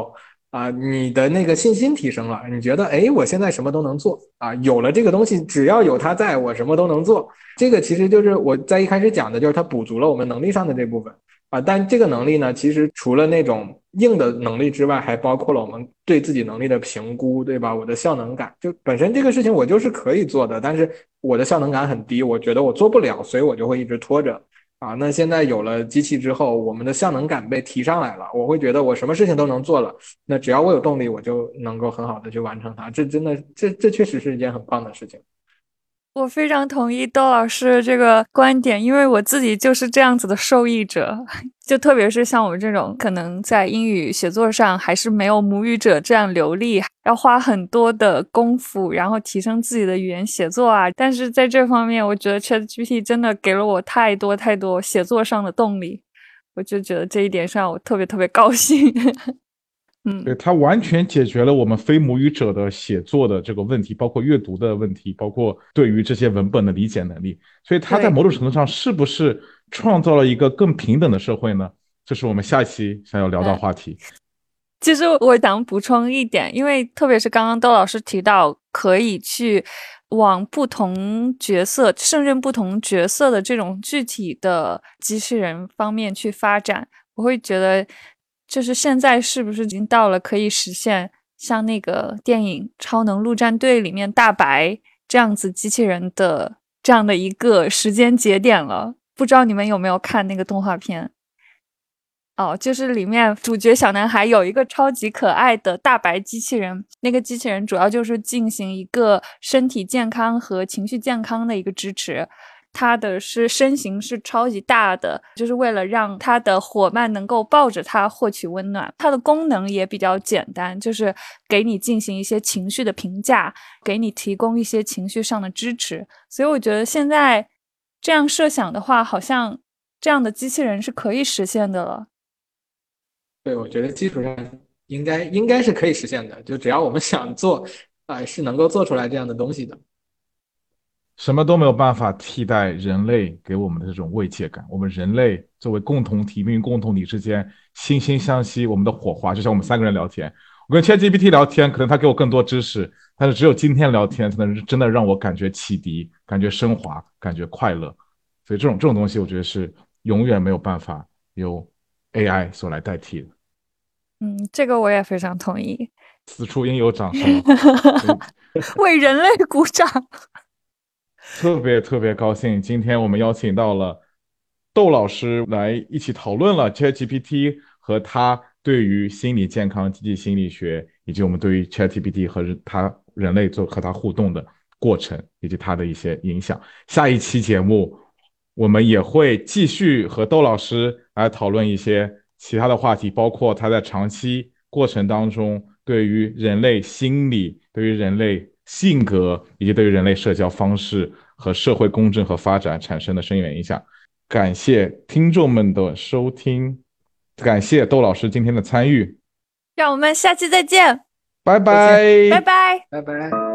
啊，你的那个信心提升了，你觉得哎，我现在什么都能做啊，有了这个东西，只要有它在，我什么都能做。这个其实就是我在一开始讲的，就是它补足了我们能力上的这部分啊。但这个能力呢，其实除了那种硬的能力之外，还包括了我们对自己能力的评估，对吧？我的效能感，就本身这个事情我就是可以做的，但是我的效能感很低，我觉得我做不了，所以我就会一直拖着。啊，那现在有了机器之后，我们的效能感被提上来了，我会觉得我什么事情都能做了。那只要我有动力，我就能够很好的去完成它。这真的，这这确实是一件很棒的事情。 我非常同意窦老师这个观点，因为我自己就是这样子的受益者。就特别是像我这种可能在英语写作上还是没有母语者这样流利，要花很多的功夫，然后提升自己的语言写作啊。但是在这方面，我觉得 ChatGPT 真的给了我太多太多写作上的动力，我就觉得这一点上我特别特别高兴。嗯， 对，它完全解决了我们非母语者的写作的这个问题，包括阅读的问题，包括对于这些文本的理解能力。所以它在对。 某种程度上是不是创造了一个更平等的社会呢？这是我们下一期想要聊到话题。 其实我想补充一点，因为特别是刚刚窦老师提到可以去往不同角色胜任不同角色的这种具体的机器人方面去发展，我会觉得就是现在是不是已经到了可以实现像那个电影《超能陆战队》里面大白这样子机器人的这样的一个时间节点了？不知道你们有没有看那个动画片？哦，就是里面主角小男孩有一个超级可爱的大白机器人，那个机器人主要就是进行一个身体健康和情绪健康的一个支持。它的是身形是超级大的，就是为了让它的伙伴能够抱着它获取温暖。它的功能也比较简单，就是给你进行一些情绪的评价，给你提供一些情绪上的支持。所以我觉得现在这样设想的话，好像这样的机器人是可以实现的了。 对，我觉得基础上应该应该是可以实现的，就只要我们想做，啊、是能够做出来这样的东西的。 什么都没有办法替代人类给我们的这种慰藉感。我们人类作为共同体、命运共同体之间惺惺相惜，我们的火花就像我们三个人聊天。我跟 ChatGPT 聊天，可能他给我更多知识，但是只有今天聊天才能真的让我感觉启迪、感觉升华、感觉快乐。所以这种这种东西，我觉得是永远没有办法由 A I 所来代替的。 嗯，这个我也非常同意。 此处应有掌声。 为人类鼓掌。 特别特别高兴，今天我们邀请到了窦老师来一起讨论了 ChatGPT 和他对于心理健康、积极心理学，以及我们对于 ChatGPT 和他人类做和他互动的过程，以及他的一些影响。下一期节目，我们也会继续和窦老师来讨论一些其他的话题，包括他在长期过程当中对于人类心理、对于人类性格以及对于人类社交方式和社会公正和发展产生的深远影响。感谢听众们的收听，感谢窦老师今天的参与， 让我们下期再见， 拜再见， 拜， 拜拜。 拜拜。